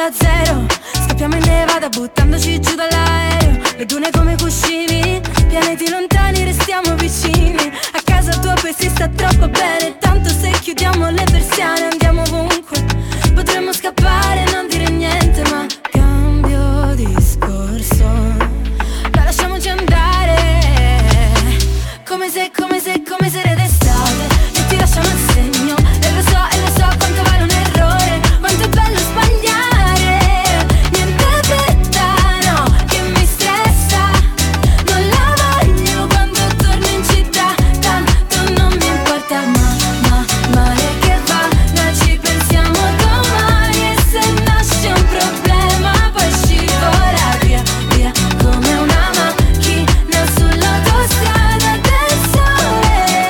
Speaker 10: da zero. Scappiamo in Nevada buttandoci giù dall'aereo. Le dune come cuscini, pianeti lontani restiamo vicini. A casa tua poi si sta troppo bene, tanto se chiudiamo le persiane andiamo ovunque. Potremmo scappare e non dire niente, ma cambio discorso, la lasciamoci andare. Come se era d'estate e ti lasciano il segno. E lo so quanto vale un errore, quanto è bello sbagliare. Niente fretta, no, che mi stressa. Non la voglio quando torno in città, tanto non mi importa. Ma male che vada, ci pensiamo domani. E se nasce un problema poi scivola via, via come una macchina sull'autostrada del sole.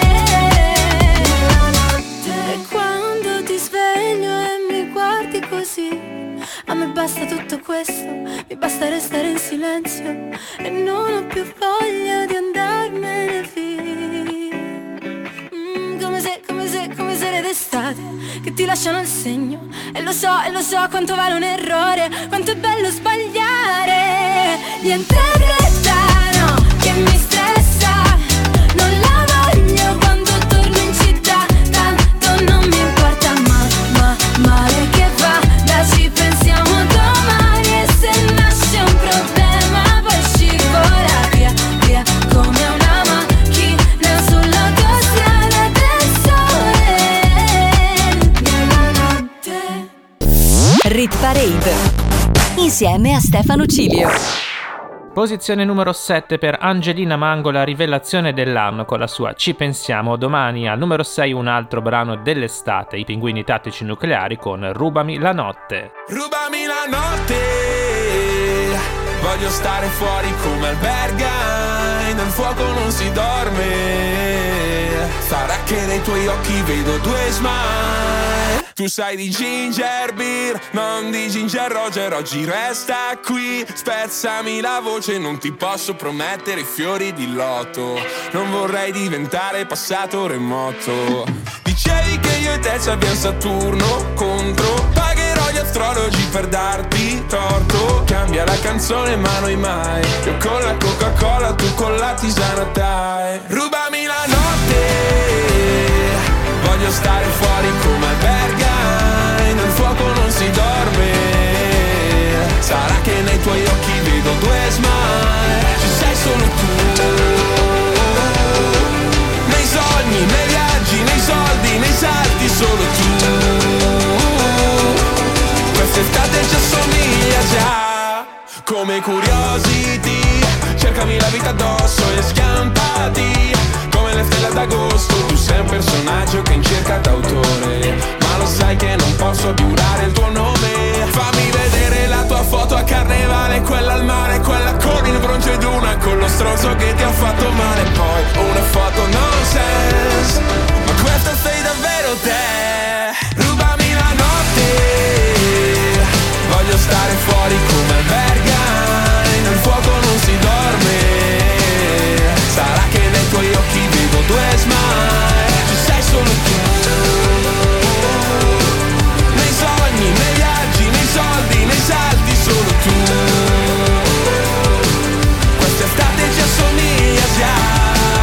Speaker 10: E quando ti sveglio e mi guardi così, a me basta tutto questo, mi basta restare in silenzio e non ho più voglia di andarmene via. Come se era d'estate che ti lasciano il segno. E lo so quanto vale un errore, quanto è bello sbagliare. Niente fretta, no, che mi stressa. Non la voglio quando torno in città, tanto non mi importa. Ma male che vada, ci pensiamo domani. E se nasce un problema poi scivola via, via come una macchina sull'autostrada del sole. Nella notte.
Speaker 1: Rit Parade insieme a Stefano Cilio.
Speaker 3: Posizione numero 7 per Angelina Mango, la rivelazione dell'anno con la sua Ci pensiamo domani. Al numero 6 un altro brano dell'estate, i Pinguini Tattici Nucleari con Rubami la notte.
Speaker 5: Rubami la notte, voglio stare fuori come albergai, nel fuoco non si dorme. Sarà che nei tuoi occhi vedo due smile. Tu sai di ginger beer, non di ginger Roger. Oggi resta qui, spezzami la voce. Non ti posso promettere fiori di loto, non vorrei diventare passato remoto. Dicevi che io e te ci abbiamo Saturno contro, pagherò gli astrologi per darti torto. Cambia la canzone ma noi mai, io con la Coca-Cola, tu con la tisana Thai. Rubami la notte, voglio stare fuori come albergai, nel fuoco non si dorme. Sarà che nei tuoi occhi vedo due smile, ci sei solo tu. Nei sogni, nei viaggi, nei soldi, nei salti, solo tu. Quest'estate ci assomiglia già, come Curiosity. Cercami la vita addosso e schiampati come le stelle d'agosto. Tu sei un personaggio che è in cerca d'autore, ma lo sai che non posso più dare il tuo nome. Fammi vedere la tua foto a carnevale, quella al mare, quella con il bronzo ed una con lo stronzo che ti ha fatto male. Poi una foto nonsense, ma questa sei davvero te. Rubami la notte, voglio stare fuori come albergai, nel fuoco non si dorme. Sarà che nei tuoi occhi vedo due smile, ci sei solo tu. Nei sogni, nei viaggi, nei soldi, nei salti, solo tu. Quest'estate ci assomiglia già.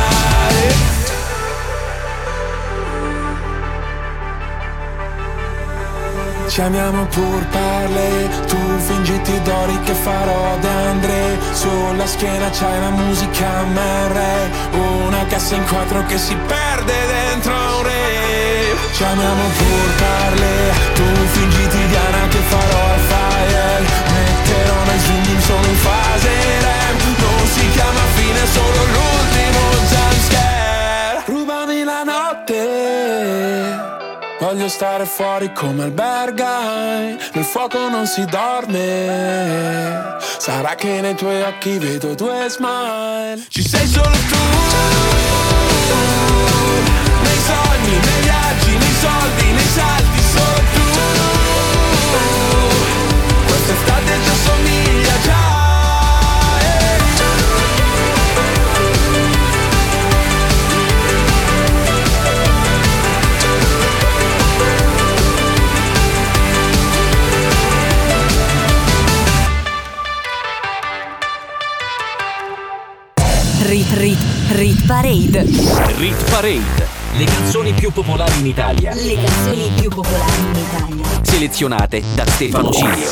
Speaker 5: Ci amiamo pur parle, tu fingiti d'ori che farò d'Andre. Sulla schiena c'hai la musica MR, una cassa in quattro che si perde dentro un rave. Ci amiamo pur parle, tu fingiti Diana che farò al fire. Metterò nei zoom solo in fase REM, non si chiama fine, solo l'ultimo jumpscare. Rubami la notte, voglio stare fuori come albergai, nel fuoco non si dorme. Sarà che nei tuoi occhi vedo due smile, ci sei solo tu. Nei sogni, nei viaggi, nei soldi, nei salti, solo tu. Quest'estate ci assomiglia già.
Speaker 1: Parade.
Speaker 2: Rit Parade. Le canzoni più popolari in Italia.
Speaker 1: Le canzoni più popolari in Italia.
Speaker 2: Selezionate da Stefano Cilio.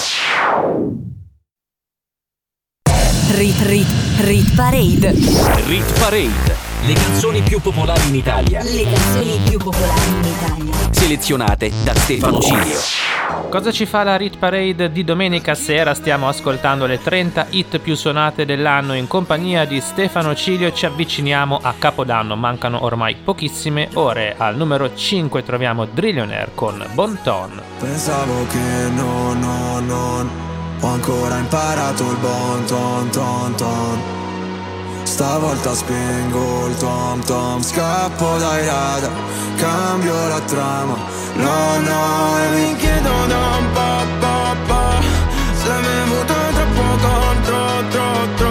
Speaker 1: Rit Parade.
Speaker 2: Rit Parade. Le canzoni più popolari in Italia.
Speaker 1: Le canzoni più popolari in Italia.
Speaker 2: Selezionate da Stefano Cilio.
Speaker 3: Cosa ci fa la Rit Parade di domenica sera? Stiamo ascoltando le 30 hit più suonate dell'anno in compagnia di Stefano Cilio. Ci avviciniamo a Capodanno, mancano ormai pochissime ore. Al numero 5 troviamo Drillionaire con Bon Ton.
Speaker 14: Pensavo che non ho ancora imparato il bon ton ton ton. Stavolta spengo il tom tom, scappo dai radar, cambio la trama. No, e mi chiedo da un po', se mi è avuto troppo contro.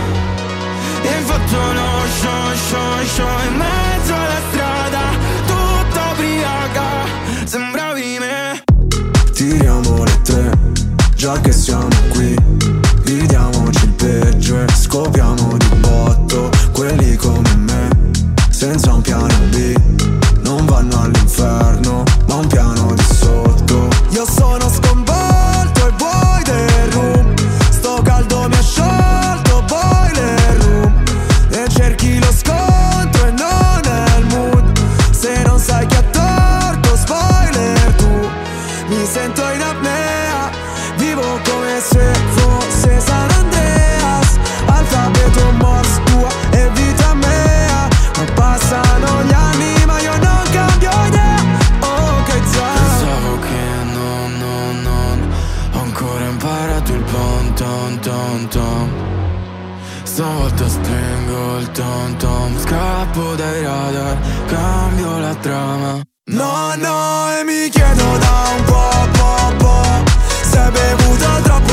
Speaker 14: E hai fatto lo show in mezzo alla strada, tutta ubriaca, sembravi me. Tiriamo le tre, già che siamo qui, vediamoci il peggio e scopriamo di botto. Quelli come me, senza un piano B, non vanno all'inferno, ma un piano di sotto. Io sono sconvolto e vuoi del room, sto caldo mi ha sciolto, boiler room. E cerchi lo scontro e non è il mood, se non sai chi ha torto, spoiler tu. Mi sento in apnea, vivo come se fosse San Andreas, alfabeto Morse tua e vita mea. Ma passano gli anni ma io non cambio idea. Oh che
Speaker 19: pensavo che non ho ancora imparato il bon ton ton ton. Stavolta spengo il tom tom, scappo dai radar, cambio la trama.
Speaker 14: No, e mi chiedo da un po', se hai bevuto troppo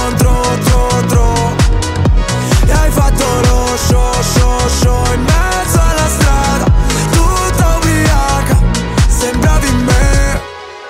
Speaker 14: contro. E hai fatto lo show in mezzo alla strada, tutta ubriaca, sembravi me.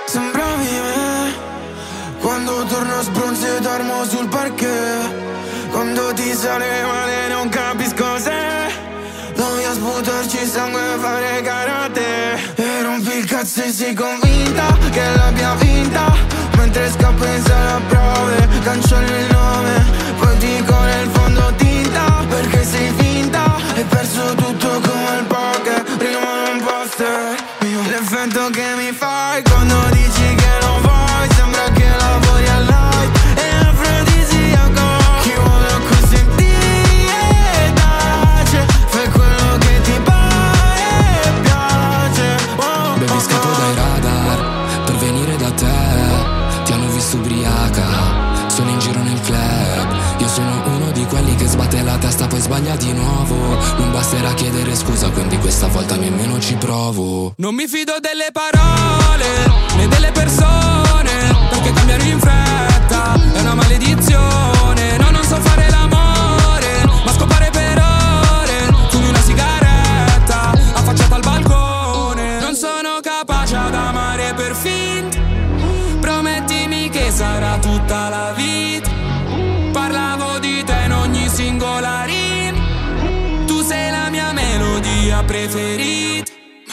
Speaker 14: Quando torno sbronzo e dormo sul parquet, quando ti sale male non capisco se voglio sputarci sangue e fare karate. E rompi il cazzo e sei convinta che l'abbia vinta, mentre scappo in sala prove, cancello il nome, poi ti corre il fondo tinta, perché sei finta, hai perso tutto come il poker, rimane un poster mio. L'effetto che mi fai quando dici che non vuoi, sembra che lavori al light, è afrodisiaco. Chi vuole acconsentire tace, fai quello che ti pare e piace.
Speaker 21: Baby scappo dai radar per venire da te, ti hanno visto ubriaca, sono in giro nel club. Io sono uno di quelli che sbatte la testa poi sbaglia di nuovo. Non basterà chiedere scusa, quindi questa volta nemmeno ci provo.
Speaker 19: Non mi fido delle parole né delle persone, perché cambiano in fretta, è una maledizione. No, non so fare l'amore, ma scopare per ore. Fumi una sigaretta, affacciata al balcone. Non sono capace ad amare per finta, promettimi che sarà tutta la vita. Parlavo di te in ogni singola rima, tu sei la mia melodia preferita.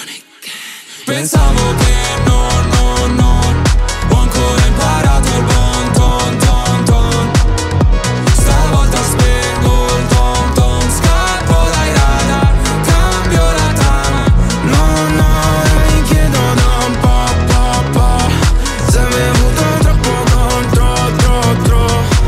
Speaker 19: Pensavo che non ho ancora imparato il bon ton ton ton. Stavolta spengo il tom tom, scappo dai radar, cambio la trama. No, mi chiedo da un po', se mi è avuto troppo contro.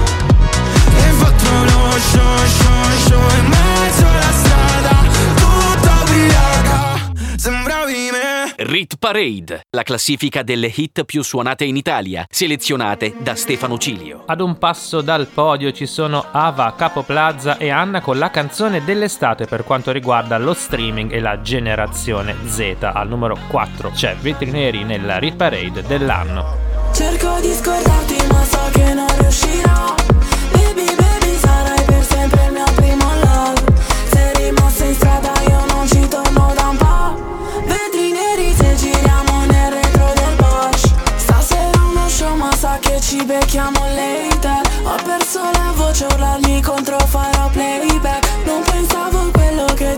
Speaker 19: E hai fatto lo show in mezzo alla strada, tutta ubriaca, sembravi me.
Speaker 2: Rit Parade, la classifica delle hit più suonate in Italia, selezionate da Stefano Cilio.
Speaker 3: Ad un passo dal podio ci sono Ava, Capo Plaza e Anna con la canzone dell'estate per quanto riguarda lo streaming e la generazione Z. Al numero 4 c'è Vetrineri nella Rit Parade dell'anno.
Speaker 10: Cerco di scordarti ma so che non riuscirò. Baby, sarai per sempre il mio primo love. Sei rimasto in strada, io non ci torno da un po'. Vetri neri se giriamo nel retro del Porsche. Stasera uno show ma sa che ci becchiamo later. Ho perso la voce, urlarmi contro farò playback. Non pensavo a quello che ti ho detto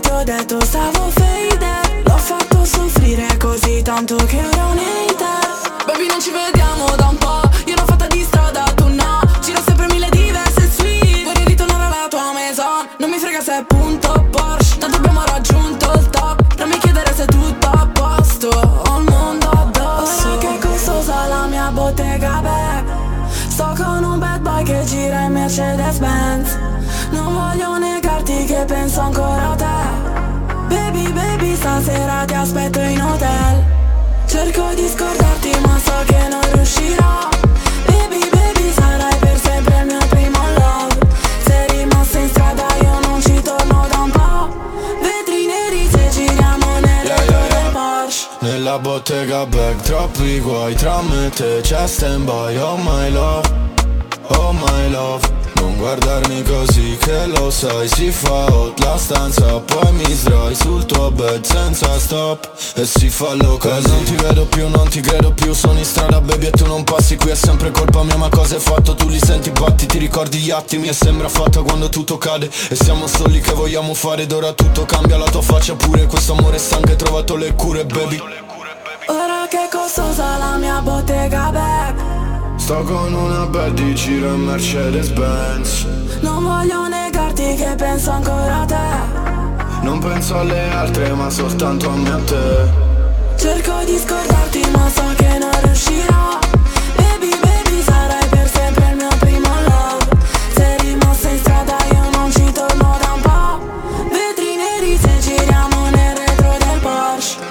Speaker 10: sbagliato, stavo faded. L'ho fatto soffrire così tanto che ora un hater. Baby non ci vediamo da un po', io l'ho fatta di strada, tu no. Giro sempre mille diverse suite, vorrei ritornare alla tua maison. Non mi frega se è punto Porsche, tanto abbiamo raggiunto il top. Non mi chiedere se è tutto a posto, ho il mondo addosso. Ora che è costosa la mia bottega bag, sto con un bad boy che gira in Mercedes-Benz. Non voglio negarti che penso ancora a te. Baby, baby, stasera ti aspetto in hotel. Cerco di scordarti ma so che non riuscirò. Baby, baby, sarai per sempre il mio primo love. Sei rimasto in strada, io non ci torno da un po'. Vetri neri se giriamo nel retro del Porsche.
Speaker 14: Nella bottega bag, troppi guai, tra me e te c'è stand by. Oh my love, oh my love. Non guardarmi così che lo sai, si fa hot la stanza, poi mi sdrai sul tuo bed senza stop e si fa loca. Non ti vedo più, non ti credo più, sono in strada baby e tu non passi, qui è sempre colpa mia, ma cosa hai fatto? Tu li senti batti, ti ricordi gli attimi e sembra fatta quando tutto cade. E siamo soli, che vogliamo fare ed ora tutto cambia, la tua faccia pure, questo amore stanco, hai trovato le cure baby.
Speaker 10: Ora che è costosa la mia bottega bag,
Speaker 14: sto con una bad di giro in Mercedes-Benz.
Speaker 10: non voglio negarti che penso ancora a te.
Speaker 14: Non penso alle altre ma soltanto a me e a te.
Speaker 10: Cerco di scordarti ma so che non riuscirò. Baby, baby, sarai per sempre il mio primo love. Sei rimasto in strada, io non ci torno da un po'. Vetri neri se giriamo nel retro del Porsche.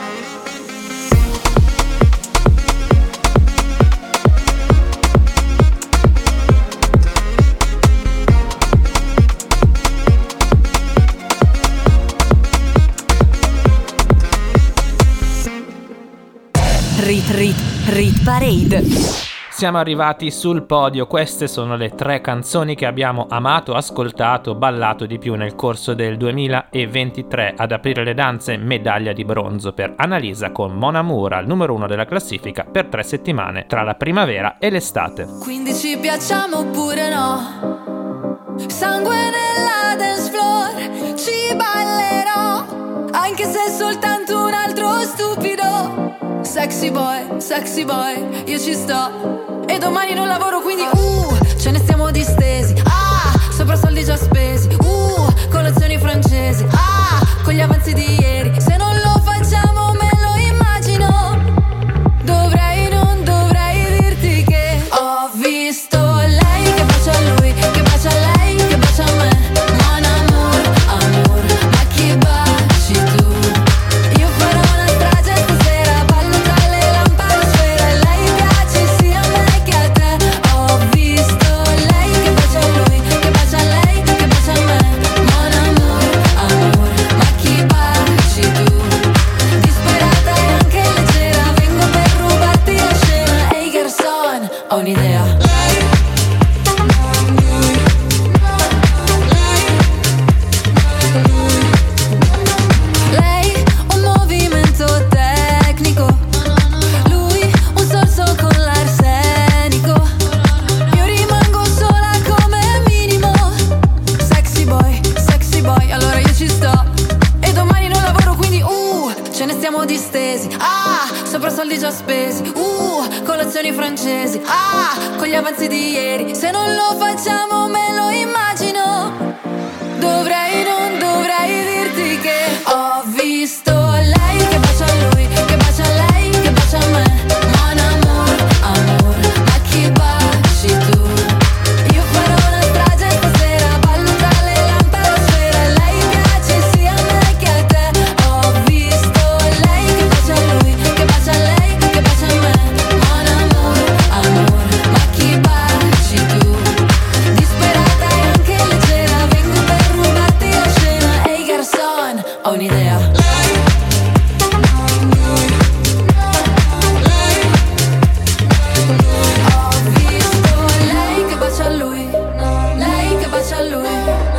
Speaker 1: Rit Parade.
Speaker 3: Siamo arrivati sul podio, queste sono le 3 canzoni che abbiamo amato, ascoltato, ballato di più nel corso del 2023. Ad aprire le danze, medaglia di bronzo per Annalisa con Mon Amour al numero 1 della classifica per 3 settimane tra la primavera e l'estate.
Speaker 9: Quindi ci piacciamo oppure no? Sangue nella dance floor, ci ballerò, anche se è soltanto un altro stupido. Sexy boy, io ci sto. E domani non lavoro quindi ce ne stiamo distesi. Sopra soldi già spesi. Colazioni francesi. Con gli avanzi di ieri. Se non lo facciamo me lo immagino. Non dovrei dirti che ho visto lei che bacia a lui, che bacia a lei, che bacia a me. Mon amour, amour, ma chi baci tu? Io farò una strage stasera, ballo tra le lampadosfere. Lei piace sia a me che a te. Ho visto lei che bacia a lui, che bacia a lei, che bacia a me. Mon amour, amour, ma chi baci tu? Disperata e anche leggera, vengo per rubarti la scena. Ehi garçon, ho un'idea. Lei un movimento tecnico, lui un sorso con l'arsenico. Io rimango sola come minimo. Sexy boy, allora io ci sto. E domani non lavoro quindi ce ne stiamo distesi. Sopra soldi già spesi. Colazioni francesi. Con gli avanzi di ieri. Se non lo facciamo me lo immagino. Non dovrei dirti che ho visto lei che bacia a lui, che bacia a lei, che bacia a me. Mon amour, amour, ma chi baci tu? Io farò una strage stasera, ballo tra le lampadosfere. Lei piace sia a me che a te. Ho visto lei che bacia a lui, che bacia a lei, che bacia a me. Mon amour, amour, ma chi baci tu? Disperata e anche leggera, vengo per rubarti la scena. Ehi garçon, ho un'idea. Ho visto lei che bacia a lui, lei che bacia a lui.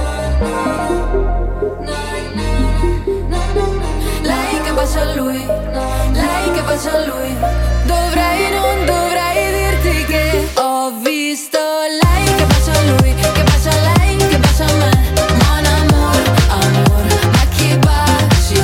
Speaker 9: Lei che bacia a lui, lei che bacia a lui. Non dovrei dirti che ho visto lei che bacia a lui, che bacia a lei, che bacia a me. Mon amour, amour, ma chi baci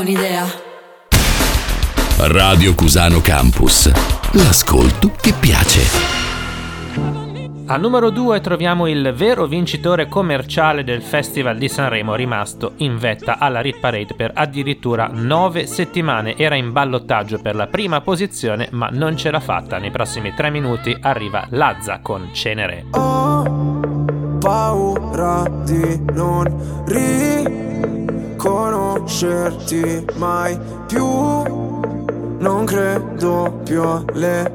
Speaker 9: un'idea.
Speaker 7: Radio Cusano Campus. L'ascolto che piace.
Speaker 3: Al numero 2 troviamo il vero vincitore commerciale del Festival di Sanremo, rimasto in vetta alla Rit Parade per addirittura 9 settimane. Era in ballottaggio per la prima posizione, ma non ce l'ha fatta. Nei prossimi 3 minuti arriva Lazza con Cenere.
Speaker 5: Ho paura di non riconoscerti mai più. Non credo più alle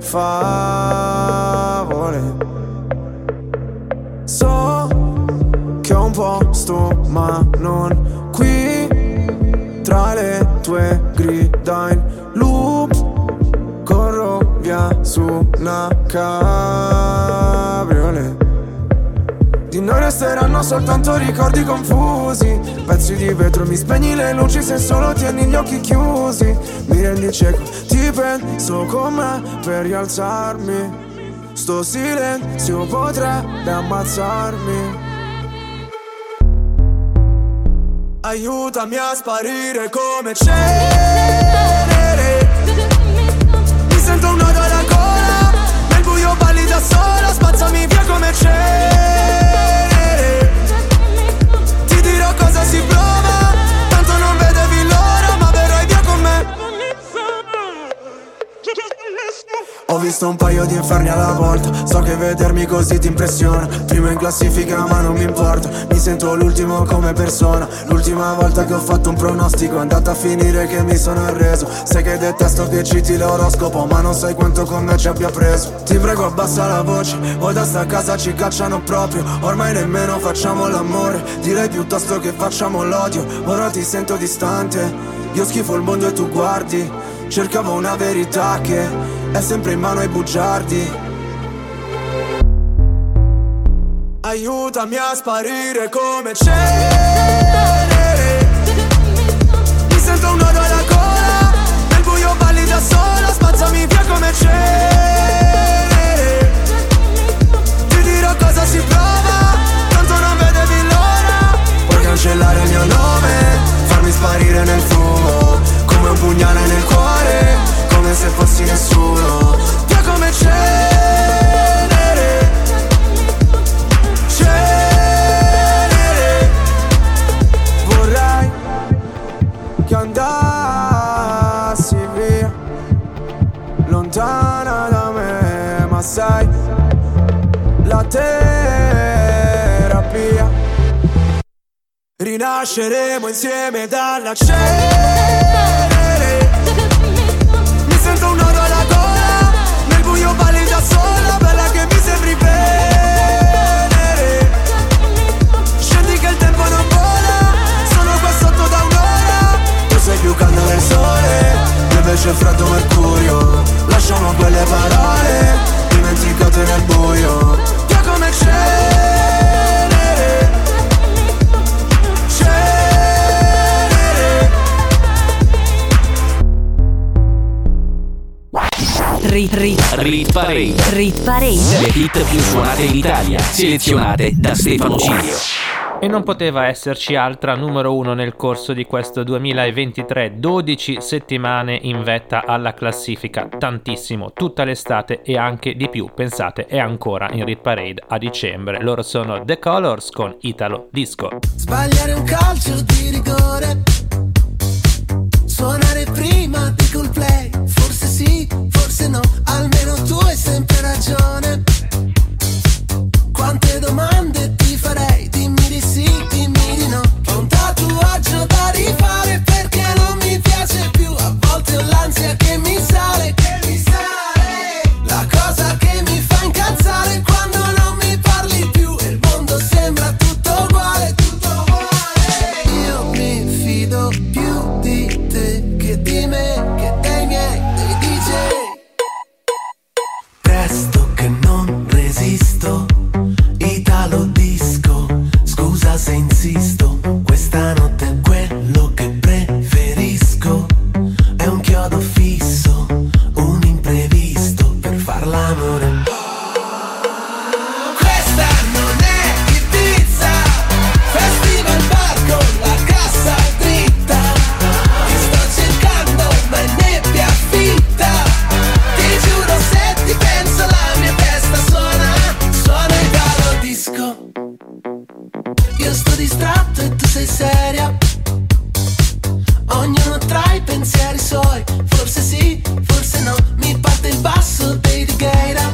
Speaker 5: favole. So che ho un posto ma non qui. Tra le tue grida in loop corro via su una cabriolet. Di noi resteranno soltanto ricordi confusi, pezzi di vetro, mi spegni le luci se solo tieni gli occhi chiusi. Mi rendi cieco, ti penso con me per rialzarmi. Sto silenzio potrebbe ammazzarmi. Aiutami a sparire come cenere. Mi sento un nodo alla gola, nel buio balli da sola, spazzami via come cenere. Ti dirò cosa si prova, tanto non vedevi l'ora, ma verrai via con me. Ho visto un paio di inferni alla volta, so che vedermi così ti impressiona. Primo in classifica ma non mi importa, mi sento l'ultimo come persona. L'ultima volta che ho fatto un pronostico è andata a finire che mi sono arreso. Sai che detesto che citi l'oroscopo, ma non sai quanto con me ci abbia preso. Ti prego abbassa la voce, o da sta casa ci cacciano proprio. Ormai nemmeno facciamo l'amore, direi piuttosto che facciamo l'odio. Ora ti sento distante, io schifo il mondo e tu guardi. Cercavo una verità che è sempre in mano ai bugiardi. Aiutami a sparire come cenere. Mi sento un nodo alla gola, nel buio balli da sola, spazzami via come cenere. Ti dirò cosa si prova, tanto non vedevi l'ora. Puoi cancellare il mio nome, farmi sparire nel fumo, come un pugnale nel cuore, come se fossi nessuno. Via come cenere, cenere. Vorrei che andassi via, lontana da me, ma sai, la terapia. Rinasceremo insieme dalla cenere. Mi sento un nodo alla gola, nel buio balli da sola, bella che mi sembri venere. Scendi che il tempo non vola, sono qua sotto da un'ora. Tu sei più caldo del sole, io invece freddo mercurio. Lasciamo quelle parole dimenticate nel buio. Via come cenere,
Speaker 2: Rit Parade.
Speaker 1: Rit Parade.
Speaker 2: Le hit più suonate in Italia, selezionate da Stefano Cilio.
Speaker 3: E non poteva esserci altra numero 1 nel corso di questo 2023, 12 settimane in vetta alla classifica, tantissimo, tutta l'estate e anche di più, pensate, è ancora in Rit Parade a dicembre. Loro sono The Colors con Italo Disco.
Speaker 11: Sbagliare un calcio di rigore, suonare prima di Coldplay, forse sì, forse no, almeno tu hai sempre ragione. Quante domande ti farei, dimmi di sì, dimmi di no. Ho un tatuaggio da rifare perché non mi piace più. A volte ho l'ansia che mi sale, la cosa che mi fa incazzare quando non mi parli più e il mondo sembra tutto uguale, tutto uguale. Io mi fido più di te che di me, che dei miei, dei DJ. Presto che non resisto, Italo Disco, scusa se insisto, questa notte è quello che preferisco. È un chiodo fisso, un imprevisto per far l'amore. Questa non è Ibiza, festival bar con la cassa dritta. Ti sto io sto distratto e tu sei seria. Ognuno tra i pensieri suoi, forse sì, forse no. Mi parte il basso dei Righeira.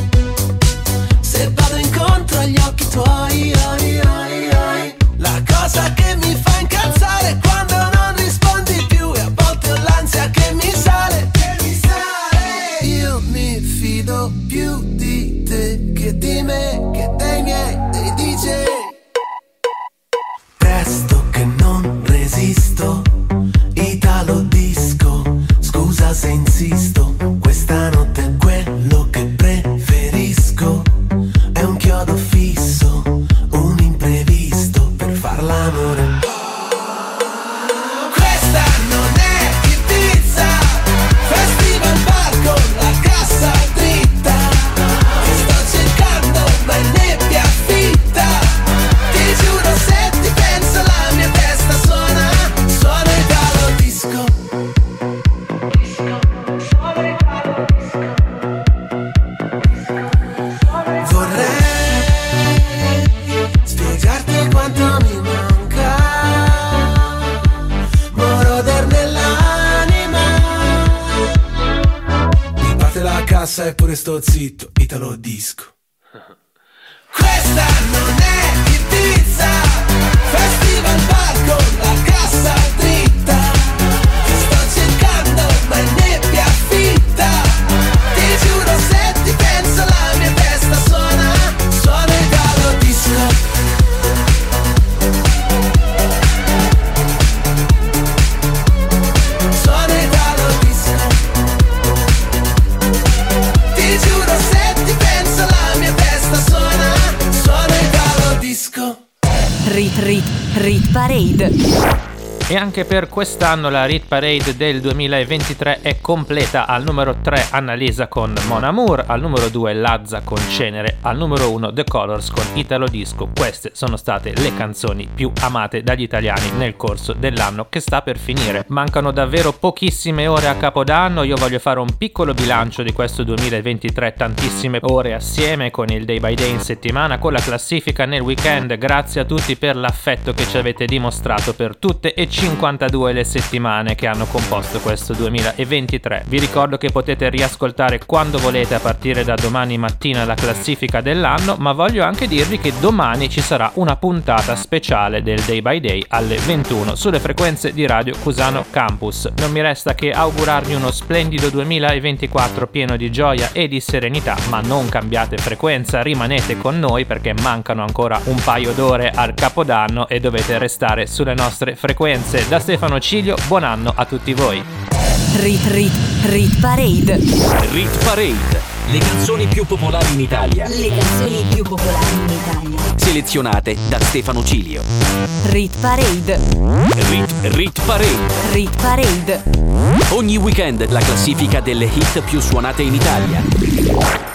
Speaker 11: Se vado incontro agli occhi tuoi, la cosa che mi fa incazzare è quando non rispondi più, e a volte ho l'ansia che mi sale. Io mi fido più di te che di me, che dei miei, dei DJ. Presto che non resisto, Italo disco, scusa se insisto, questa notte è quello che preferisco. È un chiodo fisso, un imprevisto per far l'amore. Questa non è Ibiza, festival bar con la cassa dritta. Ti sto cercando ma è nebbia fitta. Ti giuro se ti penso la mia testa suona Italo disco. Spiegarti quanto mi manca, moroder nell'anima. Mi parte la cassa eppure sto zitto, Italo disco. Questa non è Ibiza, festival bar con la cassa dritta. Ti sto cercando ma è nebbia fitta. Ti giuro se ti penso la mia testa suona Italo disco. Suona Italo disco. Ti giuro se ti penso la mia testa suona Italo disco.
Speaker 1: Rit Parade.
Speaker 3: E anche per quest'anno la Rit Parade del 2023 è completa. Al numero 3 Annalisa con Mon Amour, al numero 2 Lazza con Cenere, al numero 1 The Colors con Italo Disco. Queste sono state le canzoni più amate dagli italiani nel corso dell'anno che sta per finire. Mancano davvero pochissime ore a Capodanno, io voglio fare un piccolo bilancio di questo 2023, tantissime ore assieme con il Day by Day in settimana, con la classifica nel weekend. Grazie a tutti per l'affetto che ci avete dimostrato per tutte e 52 le settimane che hanno composto questo 2023. Vi ricordo che potete riascoltare quando volete a partire da domani mattina la classifica dell'anno, ma voglio anche dirvi che domani ci sarà una puntata speciale del Day by Day alle 21 sulle frequenze di Radio Cusano Campus. Non mi resta che augurarvi uno splendido 2024 pieno di gioia e di serenità, ma non cambiate frequenza, rimanete con noi perché mancano ancora un paio d'ore al Capodanno e dovete restare sulle nostre frequenze. Da Stefano Cilio, buon anno a tutti voi.
Speaker 1: Rit Parade.
Speaker 2: Rit Parade. Le canzoni più popolari in Italia.
Speaker 1: Le canzoni più popolari in Italia.
Speaker 2: Selezionate da Stefano Cilio.
Speaker 1: Rit Parade.
Speaker 2: Rit Parade.
Speaker 1: Rit Parade.
Speaker 2: Ogni weekend la classifica delle hit più suonate in Italia.